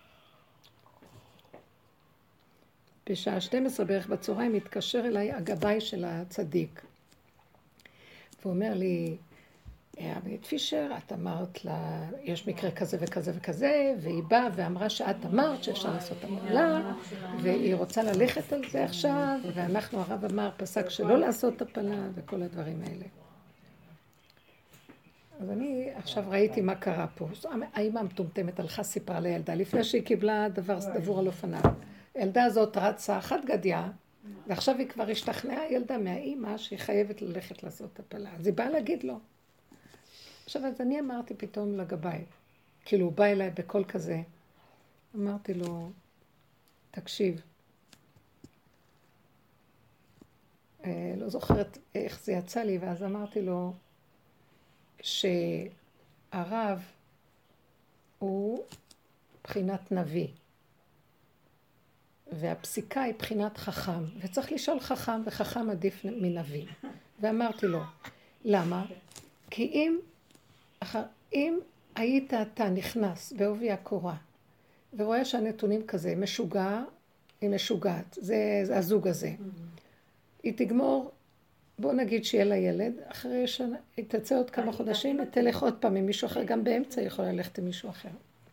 בשעה שתים עשרה בערך בצהריים התקשר אליי הגבאי של הצדיק. והוא אומר לי, עמית פישר, את אמרת לה, יש מקרה כזה וכזה וכזה, והיא באה ואמרה שאת אמרת שאפשר לעשות הפלה, והיא רוצה ללכת על זה עכשיו, ואנחנו, הרב אמר, פסק שלא לעשות הפלה, וכל הדברים האלה. אז אני עכשיו ראיתי מה קרה פה. האמא המטומטמת הלכה סיפרה לילדה, לפני שהיא קיבלה דבר דבור על אופניו. הילדה הזאת רצה אחת גדיה, ועכשיו היא כבר השתכנעה ילדה מהאמא שהיא חייבת ללכת לעשות הפלה. אז היא באה להגיד לו. עכשיו, אז אני אמרתי פתאום לגבאי, כאילו הוא בא אליי בקול כזה, אמרתי לו, תקשיב, אה, לא זוכרת איך זה יצא לי, ואז אמרתי לו, שהרב הוא בחינת נביא, והפסיקה היא בחינת חכם, וצריך לשאול חכם, וחכם עדיף מנביא. ואמרתי לו, למה? כי אם, אם היית אתה נכנס בעובי הקורה, ורואה שהנתונים כזה, משוגע, היא משוגעת, זה, זה הזוג הזה. היא תגמור, בוא נגיד שיהיה לה ילד, אחרי שנה, היא תצא עוד כמה חודשים, היא תלך עוד פעם עם מישהו אחר, גם באמצע היא יכולה ללכת עם מישהו אחר.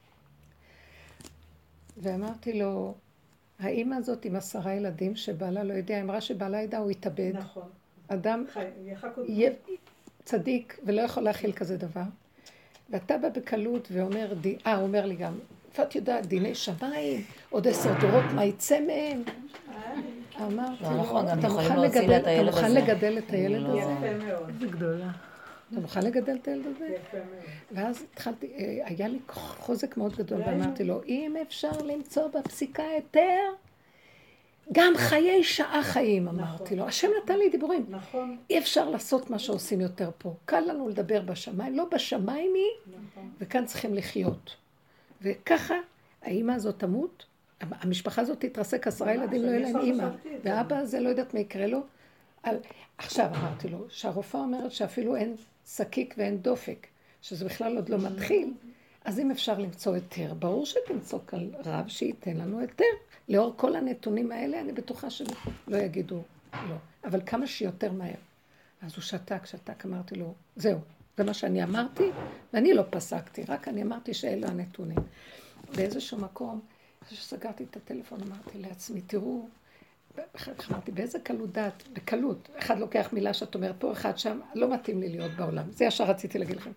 ואמרתי לו, האמא הזאת עם עשרה ילדים שבעלה לא יודע, אמרה שבעלה ידע, הוא יתאבד. נכון. אדם יהיה צדיק ולא יכול להכיל כזה דבר. ואתה בא בקלות ואומר, אה, הוא אומר לי גם, ואת יודעת, דיני שמיים, עוד עשר דורות, מה יצא מהם? אמרתי לו, אתה מוכן לגדל את הילד הזה? יפה מאוד. זה גדולה. אתה מוכן לגדל את הילד הזה? ואז התחלתי, היה לי חוזק מאוד גדול, ואמרתי לו, אם אפשר למצוא בפסיקה היתר, גם חיי שעה חיים, אמרתי לו. השם נתן לי דיבורים. אי אפשר לעשות מה שעושים יותר פה. קל לנו לדבר בשמיים, לא בשמיים היא, וכאן צריכים לחיות. וככה, האמא הזאת תמות, המשפחה הזאת תתרסק, עשרה ילדים לא יהיה להם אמא, ואבא הזה לא יודעת מה יקרה לו. עכשיו אמרתי לו, שהרופאה אומרת שאפילו אין סקיק ואין דופק, שזה בכלל עוד לא מתחיל, אז אם אפשר למצוא היתר, ברור שתמצוא כאן רב שייתן לנו היתר. לאור כל הנתונים האלה, אני בטוחה שלא יגידו לא. אבל כמה שיותר מהר. אז הוא שתק, שתק, אמרתי לו, זהו, זה מה שאני אמרתי, ואני לא פסקתי, רק אני אמרתי שאלה הנתונים. באיזשהו מקום, כשסגרתי את הטלפון, אמרתי לעצמי, תראו, אמרתי, באיזה קלות דעת, בקלות, אחד לוקח מילה שאת אומרת פה, אחד שם, לא מתאים לי להיות בעולם. זה ישר רציתי להגיד לכם.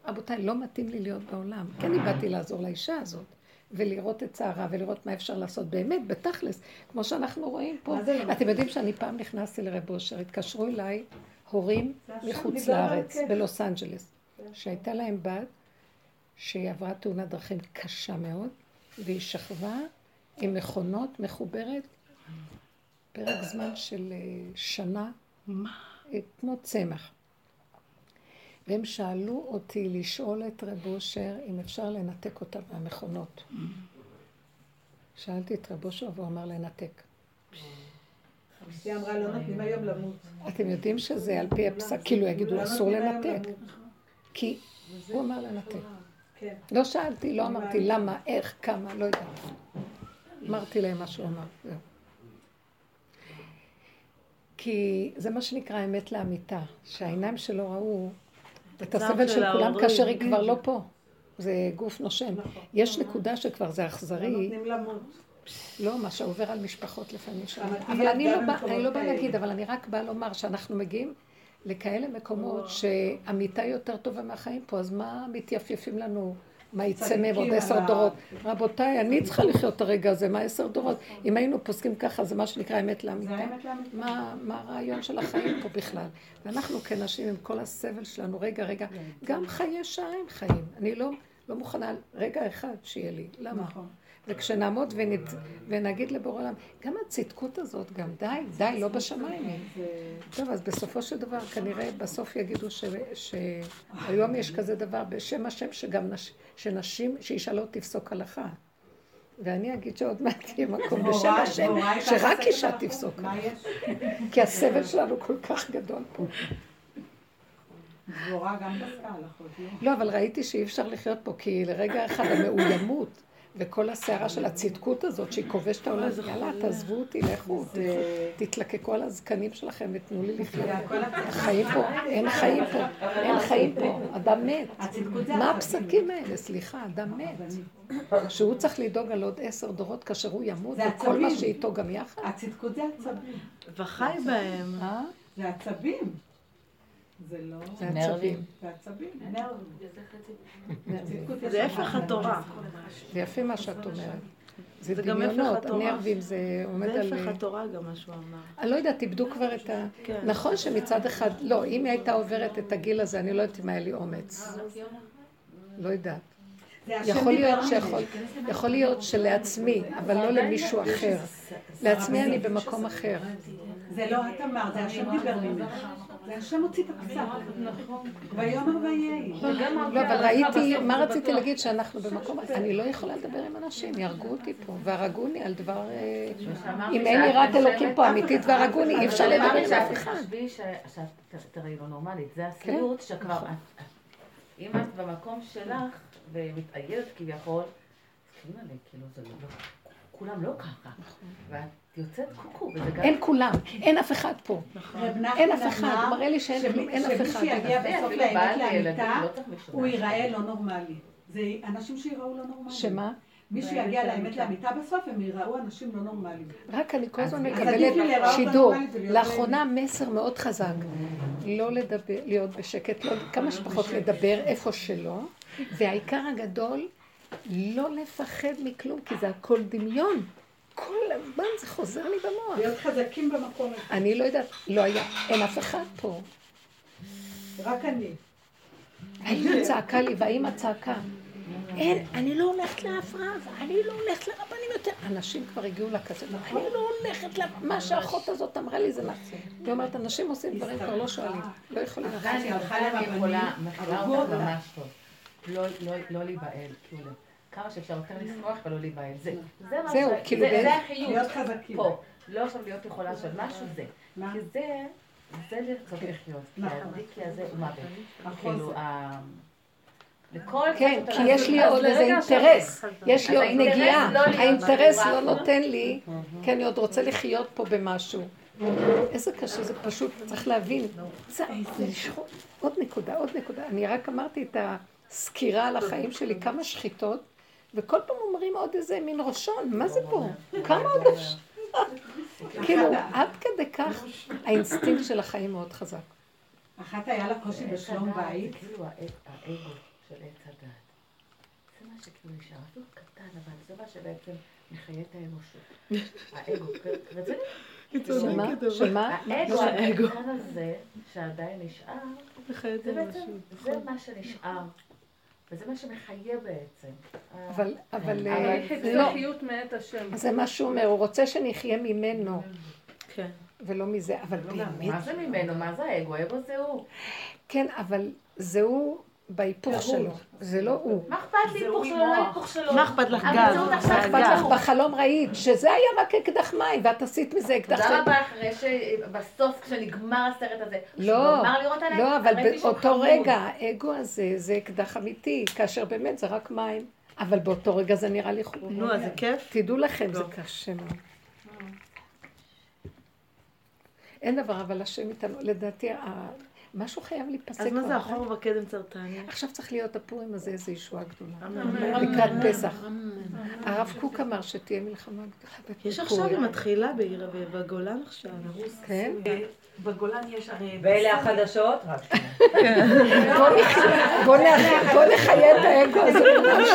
רבותיי, לא מתאים לי להיות בעולם. כי אני באתי לעזור לאישה הזאת, ולראות את צערה, ולראות מה אפשר לעשות באמת, בתכלס, כמו שאנחנו רואים פה. אתם יודעים שאני פעם נכנסתי לרב אושר, התקשרו אליי הורים מחוץ לארץ, בלוס אנג'לס, שהייתה להם בת, שהיא עברה תאונת דרכים קשה מאוד, והיא שכבה עם מכונות מחוברת, פרק זמן של שנה, כמו צמח. והם שאלו אותי לשאול את רב אושר אם אפשר לנתק אותה מהמכונות. שאלתי את רב אושר והוא אמר לנתק. היא אמרה לא נותנים היום למות. אתם יודעים שזה על פי הפסק, כאילו יגידו אסור לנתק. כי הוא אמר לנתק. לא שאלתי, לא אמרתי למה, איך, כמה, לא יודעת. אמרתי להם מה שהוא אמר, זהו. כי זה מה שנקרא אמת לאמיתה, שהעיניים שלו ראו את הסבל של כולם כאשר היא כבר לא פה. זה גוף נושם. יש נקודה שכבר זה אכזרי. לא, מה שעובר על משפחות לפעמים שלנו. אבל אני לא באה להגיד, אבל אני רק באה לומר שאנחנו מגיעים לכאלה מקומות שהמיטה יותר טובה מהחיים פה, אז מה מתייפייפים לנו? מה יצא מהם עוד עשר דורות? רבותיי, אני צריכה לחיות את הרגע הזה, מה עשר דורות? אם היינו פוסקים ככה, זה מה שנקרא אמת לאמיתה. מה הרעיון של החיים פה בכלל? ואנחנו כנשים עם כל הסבל שלנו, רגע, רגע, גם חיי שעה הם חיים. אני לא מוכנה רגע אחד שיהיה לי. למה? וכשנעמוד ונגיד לבורא עולם, גם הצדקות הזאת, גם די, די, לא בשמיים. טוב, אז בסופו של דבר, כנראה בסוף יגידו שהיום יש כזה דבר בשם השם, שגם שנשים, שאישה לא תפסוק הלכה. ואני אגיד שעוד מעט יהיה מקום בשם השם, שרק אישה תפסוק הלכה. כי הסבל שלנו כל כך גדול פה. דבורה גם פסקה הלכות, לא? לא, אבל ראיתי שאי אפשר לחיות פה, כי לרגע אחד המאוימות, וכל הסערה של הצדקות הזאת שהיא כובשת העולם, יאללה, תעזבו אותי, לכו, תתלקקו על הזקנים שלכם ותנו לי לחיות. חיים פה, אין חיים פה, אין חיים פה, אדם מת. מה הפסקים האלה? סליחה, אדם מת. שהוא צריך לדאוג על עוד עשר דורות כאשר הוא ימות, וכל מה שאיתו גם יחד. הצדקות זה עצבים. וחי בהם. זה עצבים. זה לא... זה עצבים. זה עצבים. זה הפך התורה. זה יפה מה שאת אומרת. זה דמיונות, הנרבים זה עומד על... זה הפך התורה גם מה שהוא אמר. אני לא יודעת, תיבדו כבר את ה... נכון שמצד אחד, לא, אם היא הייתה עוברת את הגיל הזה, אני לא יודעת אם היה לי אומץ. לא יודעת. יכול להיות שיכול, יכול להיות שלעצמי, אבל לא למישהו אחר. לעצמי אני במקום אחר. זה לא את אמר, זה השם דיבר ממך. זה השם הוציא את הקצת. ויאמר ויהי. לא, אבל ראיתי, מה רציתי להגיד שאנחנו במקום, אני לא יכולה לדבר עם אנשים, יהרגו אותי פה, והרגוני על דבר, אם אין יראת אלוקים פה אמיתית והרגוני, אי אפשר לדבר עם אף אחד. תחשבי שאת תראי לא נורמלית, זה הסיוט שכבר, אם את במקום שלך ומתאיירת כביכול, כאילו זה לא, כולם לא ככה, ואת יוצאת קוקו, וזה גם... אין כולם, אין אף אחד פה. אין אף אחד, מראה לי שאין כלום, אין אף אחד. שמי שיגיע בסוף לאמת לאמיתה, הוא ייראה לא נורמלי. זה אנשים שיראו לא נורמלי. שמה? מי שיגיע לאמת לאמיתה בסוף, הם יראו אנשים לא נורמליים. רק אני כל הזמן מקבלת שידור. לאחרונה מסר מאוד חזק. לא להיות בשקט, כמה שפחות לדבר איפה שלא, והעיקר הגדול, לא לפחד מכלום, כי זה הכל דמיון. כל הזמן זה חוזר לי במוח. להיות חזקים במקום הזה. אני לא יודעת, לא היה, אין אף אחד פה. רק אני. האמא צעקה לי, והאמא צעקה. אין, אני לא הולכת לאף רב, אני לא הולכת לרבנים יותר. אנשים כבר הגיעו לכסף, אני לא הולכת ל... מה שהאחות הזאת אמרה לי זה מה. היא אומרת, אנשים עושים דברים כבר לא שואלים, לא יכולים. אני הלכה יכולה, מכירה אותה ממש טוב. לא להיבהל, כאילו. כמה שאפשר יותר לשמוח ולא להיבהל. זהו, כאילו... זה החיוב. להיות חזקים. פה. לא עכשיו להיות יכולה של משהו זה. כי זה, זה לרצות לחיות. כי הדיקי הזה הוא מוות. כאילו, כן, כי יש לי עוד איזה אינטרס. יש לי עוד נגיעה. האינטרס לא נותן לי, כי אני עוד רוצה לחיות פה במשהו. איזה קשה, זה פשוט, צריך להבין. זה לשחוט. עוד נקודה, עוד נקודה. אני רק אמרתי את הסקירה על החיים שלי, כמה שחיטות, וכל פעם אומרים עוד איזה מין ראשון, מה זה פה? כמה עוד ראשון? כאילו, עד כדי כך, האינסטינקט של החיים מאוד חזק. אחת היה לה קושי בשלום בית, של עץ הדת. זה מה שכאילו נשאר, אפילו קטן, אבל זה מה שבעצם מחיה את האנושות. האגו, רציני? שמה? שמה? האגו הקטן הזה שעדיין נשאר, זה בעצם, זה מה שנשאר. וזה מה שמחיה בעצם. אבל, אבל, לא. חיות מאת השם. זה מה שהוא אומר, הוא רוצה שנחיה ממנו. כן. ולא מזה, אבל באמת. מה זה ממנו? מה זה האגו? האגו זה הוא. כן, אבל זה הוא בהיפוך שלו. זה לא הוא. מה אכפת לי היפוך שלו? לא היפוך שלו. מה אכפת לך גל? מה אכפת לך בחלום ראית? שזה היה רק אקדח מים, ואת עשית מזה אקדח... תודה רבה אחרי שבסוף כשנגמר הסרט הזה. לא, לא, אבל באותו רגע, האגו הזה זה אקדח אמיתי, כאשר באמת זה רק מים. אבל באותו רגע זה נראה לי חוב. נו, אז זה כיף? תדעו לכם, זה קשה. אין דבר, אבל השם איתנו, לדעתי, משהו חייב להיפסק. אז מה זה החור בקדם צרטני? עכשיו צריך להיות הפורים הזה איזו ישועה גדולה. לקראת פסח. הרב קוק אמר שתהיה מלחמה גדולה. יש עכשיו, היא מתחילה בעיר, בגולן עכשיו. כן? בגולן יש הרי... ואלה החדשות? בוא נחיה את האגו הזה.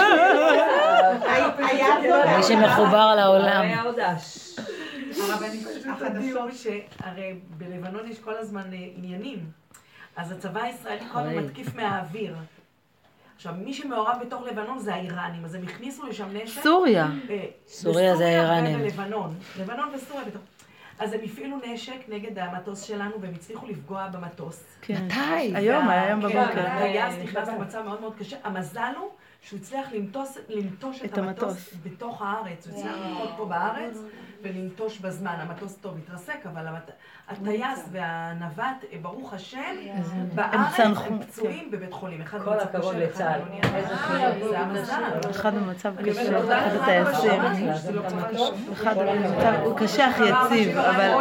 מי שמחובר לעולם. הרבנית החדשות שהרי בלבנון יש כל הזמן עניינים. אז הצבא הישראלי כל הזמן מתקיף מהאוויר. עכשיו, מי שמעורב בתוך לבנון זה האיראנים, אז הם הכניסו לשם נשק. סוריה. סוריה זה האיראנים. בסוריה ובלבנון. לבנון וסוריה בתוך. אז הם הפעילו נשק נגד המטוס שלנו והם הצליחו לפגוע במטוס. מתי? היום, היום בבוקר. הטייס נכנס למצב מאוד מאוד קשה. המזל הוא שהוא הצליח לנטוש את המטוס בתוך הארץ. הוא הצליח לנחות פה בארץ ולנטוש בזמן. המטוס טוב התרסק, אבל הטייס והנווט, ברוך השם, בארץ הם פצועים בבית חולים. כל הכבוד לצה"ל. זה המזל. אחד במצב קשה, אחד הטייסים. אחד במצב, הוא קשה אך יציב, אבל...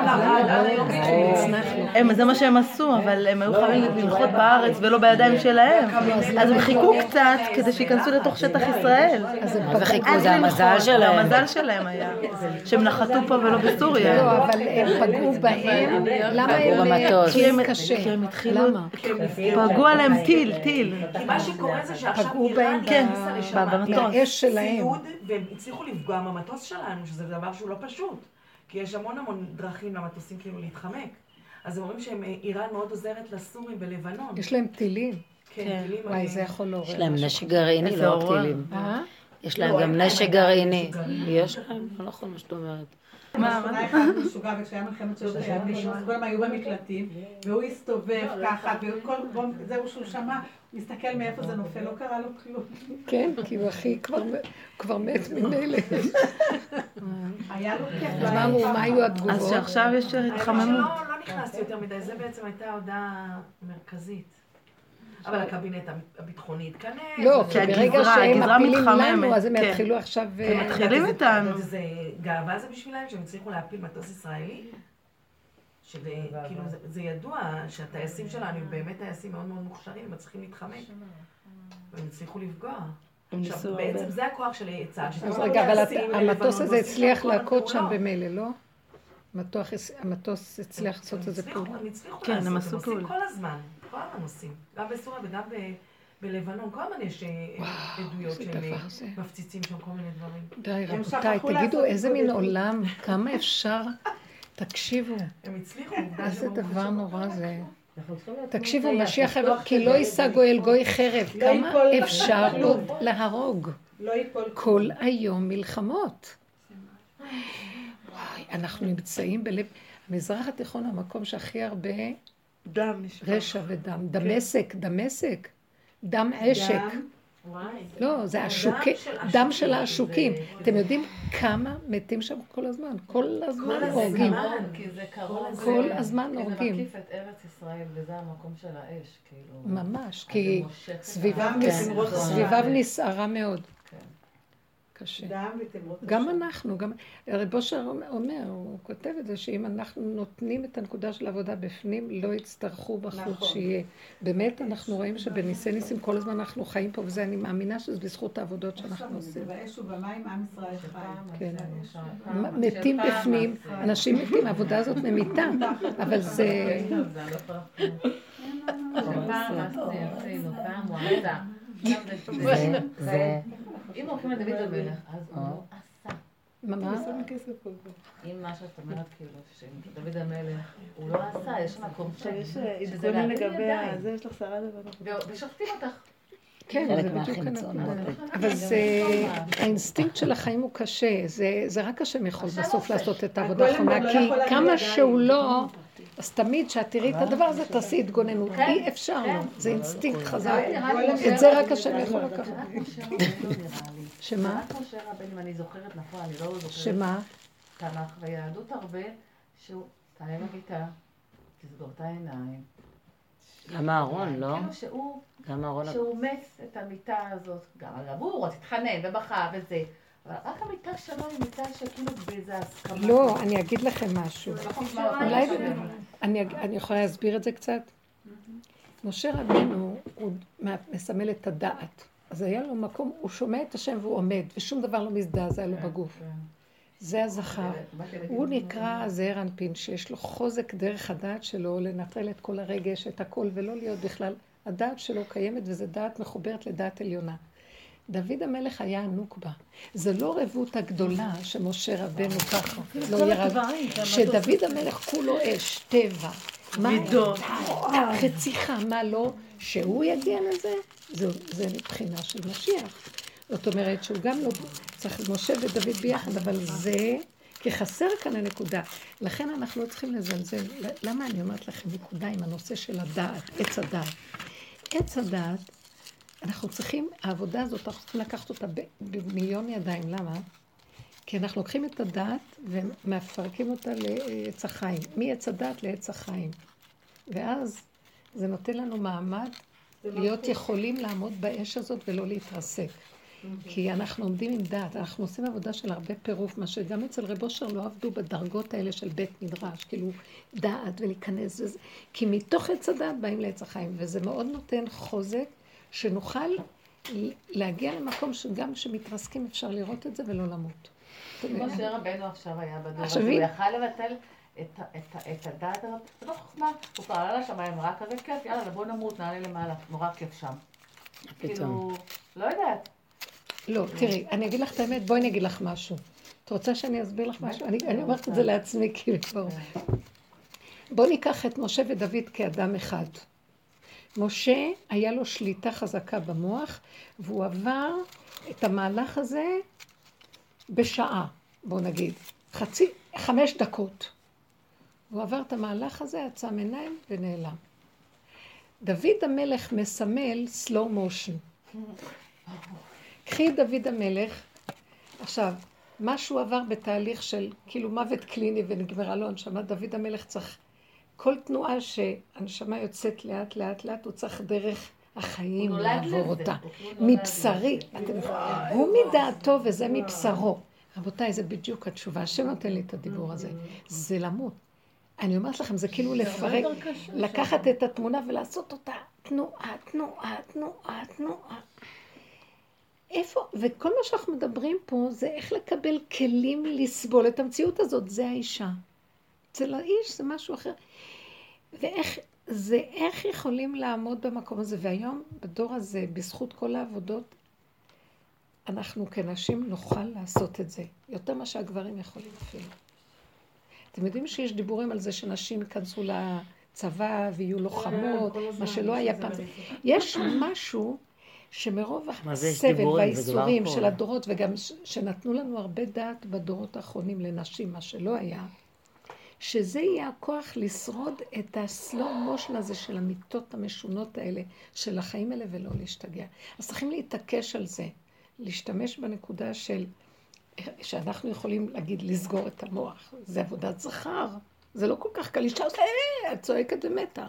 זה מה שהם עשו, אבל הם היו חייבים לנחות בארץ ולא בידיים שלהם. אז הם חיכו קצת כדי שיכנסו לתוך שטח ישראל. אז חיכו, זה המזל שלהם. זה המזל שלהם היה. שהם נחתו פה ולא בסוריה. לא, אבל הם פגעו בהם. למה הם... כי הם קשה. כי הם התחילו... פגעו עליהם טיל, טיל. כי מה שקורה זה שעכשיו איראן נכנסה לשם מהאש שלהם. ציוד, והם הצליחו לפגוע במטוס שלנו, שזה דבר שהוא לא פשוט. כי יש המון המון דרכים למטוסים כאילו להתחמק. אז הם אומרים שאיראן מאוד עוזרת לסורים בלבנון. יש להם טילים. כן, טילים. וואי, זה יכול לעורר. יש להם נשק גרעיני, לא רק טילים. יש להם גם נשק גרעיני. יש להם, לא נכון מה שאת אומרת. מה, מה? אחד משוגע, וכשהיה מלחמת ששת הימים, אז כולם היו במקלטים, והוא הסתובב ככה, וזהו שהוא שמע, מסתכל מאיפה זה נופל, לא קרה לו כלום. כן, כי הוא הכי כבר מת ממילא. היה לו כיף. אז מה היו התגובות? אז שעכשיו יש התחממות. לא נכנסתי יותר מדי, זה בעצם הייתה הודעה מרכזית. אבל הקבינט הביטחוני התכנס. לא, כי ברגע שהם מפילים לנו, אז הם יתחילו עכשיו... הם מתחילים איתנו. זה גאווה זה בשבילם, שהם הצליחו להפיל מטוס ישראלי. שכאילו זה ידוע שהטייסים שלנו הם באמת טייסים מאוד מאוד מוכשרים, הם מצליחים להתחמק. והם הצליחו לפגוע. עכשיו, בעצם זה הכוח של צה"ל. אז רגע, אבל המטוס הזה הצליח להכות שם במילא, לא? המטוס הצליח לעשות את זה פעולה. הם הצליחו כן, הם לעשות, עשו הם פעולה. עושים כל הזמן. כל הזמן עושים. גם בסוריה וגם בלבנון. כל הזמן יש עדויות שהם מפציצים שם כל מיני דברים. די, רבותיי, תגידו איזה מין עולם, כמה אפשר... תקשיבו, איזה דבר נורא זה. תקשיבו, משיח חרב, כי לא יישא גוי אל גוי חרב, כמה אפשר עוד להרוג? כל היום מלחמות. וואי, אנחנו נמצאים בלב, המזרח התיכון המקום שהכי הרבה רשע ודם, דמשק, דמשק, דם עשק. לא, זה השוקים, דם של השוקים. אתם יודעים כמה מתים שם כל הזמן? כל הזמן הורגים. כל הזמן הורגים. זה מקיף את ארץ ישראל, וזה המקום של האש, כאילו. ממש, כי סביביו נסערה מאוד. קשה. גם אנחנו, גם... רב אושר אומר, הוא כותב את זה, שאם אנחנו נותנים את הנקודה של העבודה בפנים, לא יצטרכו בחוץ שיהיה. באמת אנחנו רואים שבניסי ניסים כל הזמן אנחנו חיים פה, וזה אני מאמינה שזה בזכות העבודות שאנחנו עושים. באש ובמים עם ישראל חי. כן. מתים בפנים, אנשים מתים, העבודה הזאת ממיתה, אבל זה... פעם עשינו, פעם הוא עשה אם הולכים לדוד המלך, אז הוא לא עשה. מה? אם מה שאת אומרת, כאילו, שדוד המלך, הוא לא עשה, יש מקום שיש עדכונים לגבי זה, יש לך שרה לבנה. ושופטים אותך. כן, זה בדיוק הנקודה. אבל זה, האינסטינקט של החיים הוא קשה, זה רק השם יכול בסוף לעשות את העבודה האחרונה, כי כמה שהוא לא, אז תמיד שאת תראי את הדבר הזה, תעשי התגוננות, אי אפשר לו, זה אינסטינקט חזק, את זה רק השם יכול לקחת. שמה? רק משה רבנו, אם אני זוכרת נכון, אני לא זוכרת. שמה? תנ"ך ויהדות הרבה, שהוא תעלה במיטה, תסגור את העיניים. גם אהרון, לא? כאילו שהוא, גם אהרון. שהוא מס את המיטה הזאת, גם על עבור, אז התחנן ובכה וזה. אבל רק המיטה שלו היא מיטה שכאילו באיזה הסכמה. לא, אני אגיד לכם משהו. אולי אני יכולה להסביר את זה קצת? משה רבנו הוא מסמל את הדעת. אז היה לו מקום, הוא שומע את השם והוא עומד, ושום דבר לא מזדעזע לו בגוף. זה הזכר. הוא נקרא זעיר אנפין, שיש לו חוזק דרך הדעת שלו לנטרל את כל הרגש, את הכל, ולא להיות בכלל. הדעת שלו קיימת, וזה דעת מחוברת לדעת עליונה. דוד המלך היה הנוקבה. זה לא רבות הגדולה שמשה רבנו ככה, לא ירד. שדוד המלך כולו אש, טבע, מידות, רציחה, מה לא, שהוא יגיע לזה, זה מבחינה של משיח. זאת אומרת שהוא גם לא צריך משה ודוד ביחד, אבל זה, כי חסר כאן הנקודה. לכן אנחנו לא צריכים לזלזל. למה אני אומרת לכם נקודה עם הנושא של הדעת, עץ הדעת? עץ הדעת, אנחנו צריכים, העבודה הזאת, אנחנו צריכים לקחת אותה במיליון ידיים. למה? כי אנחנו לוקחים את הדעת ומפרקים אותה לעץ החיים. מעץ הדעת לעץ החיים. ואז זה נותן לנו מעמד להיות יכולים לעמוד באש הזאת ולא להתרסק. כי אנחנו עומדים עם דעת, אנחנו עושים עבודה של הרבה פירוף, מה שגם אצל רב אושר לא עבדו בדרגות האלה של בית מדרש, כאילו דעת ולהיכנס וזה, כי מתוך עץ הדעת באים לעץ החיים, וזה מאוד נותן חוזק שנוכל להגיע למקום שגם שמתרסקים אפשר לראות את זה ולא למות. משה רבנו עכשיו היה בדור הזה, הוא יכל לבטל את הדעת הזאת, זה לא חוכמה, הוא כבר עלה לשמיים, רק כזה כיף, יאללה בוא נמות, נעלה למעלה, נורא כיף שם. כאילו, לא יודעת. לא, תראי, אני אגיד לך את האמת, בואי אני אגיד לך משהו. את רוצה שאני אסביר לך משהו? אני אומרת את זה לעצמי, כי כבר... בואי ניקח את משה ודוד כאדם אחד. משה היה לו שליטה חזקה במוח, והוא עבר את המהלך הזה בשעה, בוא נגיד, חצי, חמש דקות. הוא עבר את המהלך הזה, עצם עיניים ונעלם. דוד המלך מסמל slow motion. קחי את דוד המלך, עכשיו, מה שהוא עבר בתהליך של כאילו מוות קליני ונגמרה לו הנשמה, דוד המלך צריך, כל תנועה שהנשמה יוצאת לאט לאט לאט, הוא צריך דרך החיים לעבור אותה. מבשרי, הוא מדעתו וזה מבשרו. רבותיי, זה בדיוק התשובה, השם נותן לי את הדיבור הזה, זה למות. אני אומרת לכם, זה כאילו לפרק, לקחת את התמונה ולעשות אותה תנועה, תנועה, תנועה, תנועה. איפה, וכל מה שאנחנו מדברים פה זה איך לקבל כלים לסבול את המציאות הזאת, זה האישה. אצל האיש זה משהו אחר. ואיך, זה איך יכולים לעמוד במקום הזה, והיום בדור הזה, בזכות כל העבודות, אנחנו כנשים נוכל לעשות את זה, יותר מה שהגברים יכולים אפילו. אתם יודעים שיש דיבורים על זה שנשים ייכנסו לצבא ויהיו לוחמות, מה שלא היה פעם. יש משהו שמרוב הסבל והאיסורים של הדורות, וגם שנתנו לנו הרבה דעת בדורות האחרונים לנשים, מה שלא היה, שזה יהיה הכוח לשרוד את הסלו מושן הזה של המיטות המשונות האלה, של החיים האלה ולא להשתגע. אז צריכים להתעקש על זה, להשתמש בנקודה של, שאנחנו יכולים להגיד, לסגור את המוח. זה עבודת זכר, זה לא כל כך קל, אישה עושה, אה, את צועקת ומתה.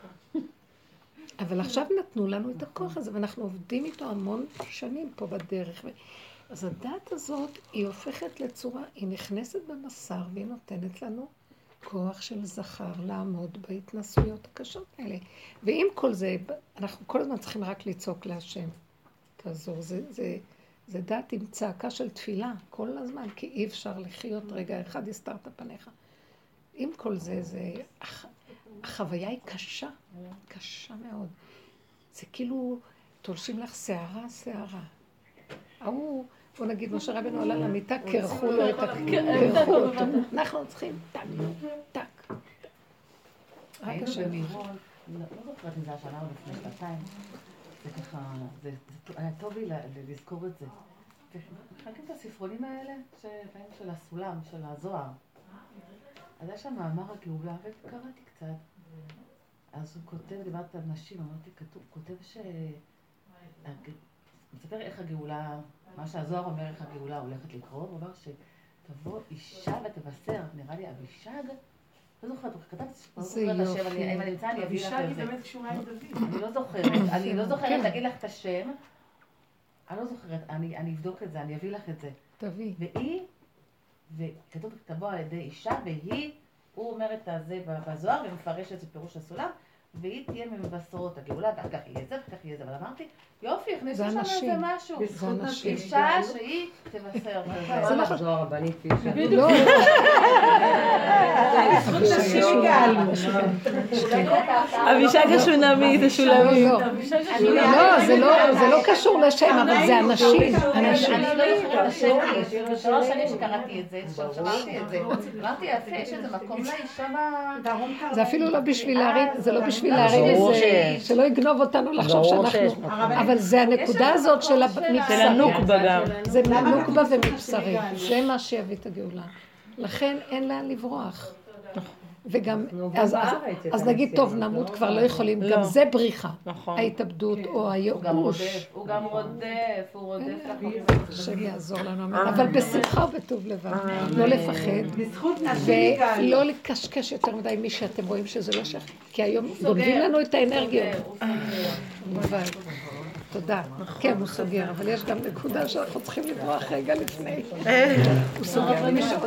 אבל עכשיו נתנו לנו את הכוח הזה, ואנחנו עובדים איתו המון שנים פה בדרך. אז הדעת הזאת, היא הופכת לצורה, היא נכנסת בבשר, והיא נותנת לנו כוח של זכר לעמוד בהתנסויות הקשות האלה. ועם כל זה, אנחנו כל הזמן צריכים רק לצעוק להשם. תעזור, זה, זה, זה דעת עם צעקה של תפילה, כל הזמן, כי אי אפשר לחיות רגע אחד, הסתרת פניך. עם כל זה, זה... החוויה היא קשה, קשה מאוד. זה כאילו תולשים לך שערה, שערה. ההוא, בוא נגיד, משה רבנו עלה למיטה, קרחו לו את הקרחו אותו. אנחנו צריכים טק, טק. היינו במירון, לא זוכרת אם זה השנה או לפני שנתיים. זה ככה, זה היה טוב לי לזכור את זה. מחלקים את הספרונים האלה, של הסולם, של הזוהר. אז יש שם מאמר הגאולה, וקראתי קצת. אז הוא כותב, דיברת על נשים, אמרתי, הוא כותב ש... מספר איך הגאולה, מה שהזוהר אומר איך הגאולה הולכת לקרות, הוא אומר שתבוא אישה ותבשר, נראה לי אבישג, לא זוכרת, הוא כתב את השם, אם אני אמצא אני אביא לך את זה. אבישג היא באמת קשורה עם דוד. אני לא זוכרת, אני לא זוכרת להגיד לך את השם, אני לא זוכרת, אני אבדוק את זה, אני אביא לך את זה. תביא. והיא, וכתוב תבוא על ידי אישה, והיא, הוא אומר את זה בזוהר ומפרש את זה פירוש הסולם, והיא תהיה ממבשרות הגאולה, ואחר כך יהיה זה, ואחר כך יהיה זה, אבל אמרתי, יופי, הכניסו שם איזה משהו. זה אנשים. אישה שהיא תבשר. זה לא חזור הרבנית פישה. לא. אבישג השונמית, השולמית. לא, זה לא קשור לשם, אבל זה אנשים. אנשים. אני לא זוכרת לשם, שלוש שנים שקראתי את זה, שמעתי את זה. אמרתי, יפה, יש איזה מקום לאישה ב... זה אפילו לא בשביל להרים, זה לא בשביל להרים איזה, שלא יגנוב אותנו לחשוב שאנחנו... אבל זה הנקודה הזאת של הנוקבה גם. זה נוקבה ומבשרים. זה מה שיביא את הגאולה. לכן אין לאן לברוח. וגם, אז נגיד, טוב, נמות כבר לא יכולים, גם זה בריחה. ההתאבדות או הייאוש. הוא גם רודף, הוא רודף לך. שיעזור לנו, אבל בשמחה ובטוב לבד. לא לפחד. ולא לקשקש יותר מדי מי שאתם רואים שזה לא שייך. כי היום גונבים לנו את האנרגיות. תודה. כן, הוא סוגר, אבל יש גם נקודה שאנחנו צריכים לברוח רגע לפני. הוא סוגר.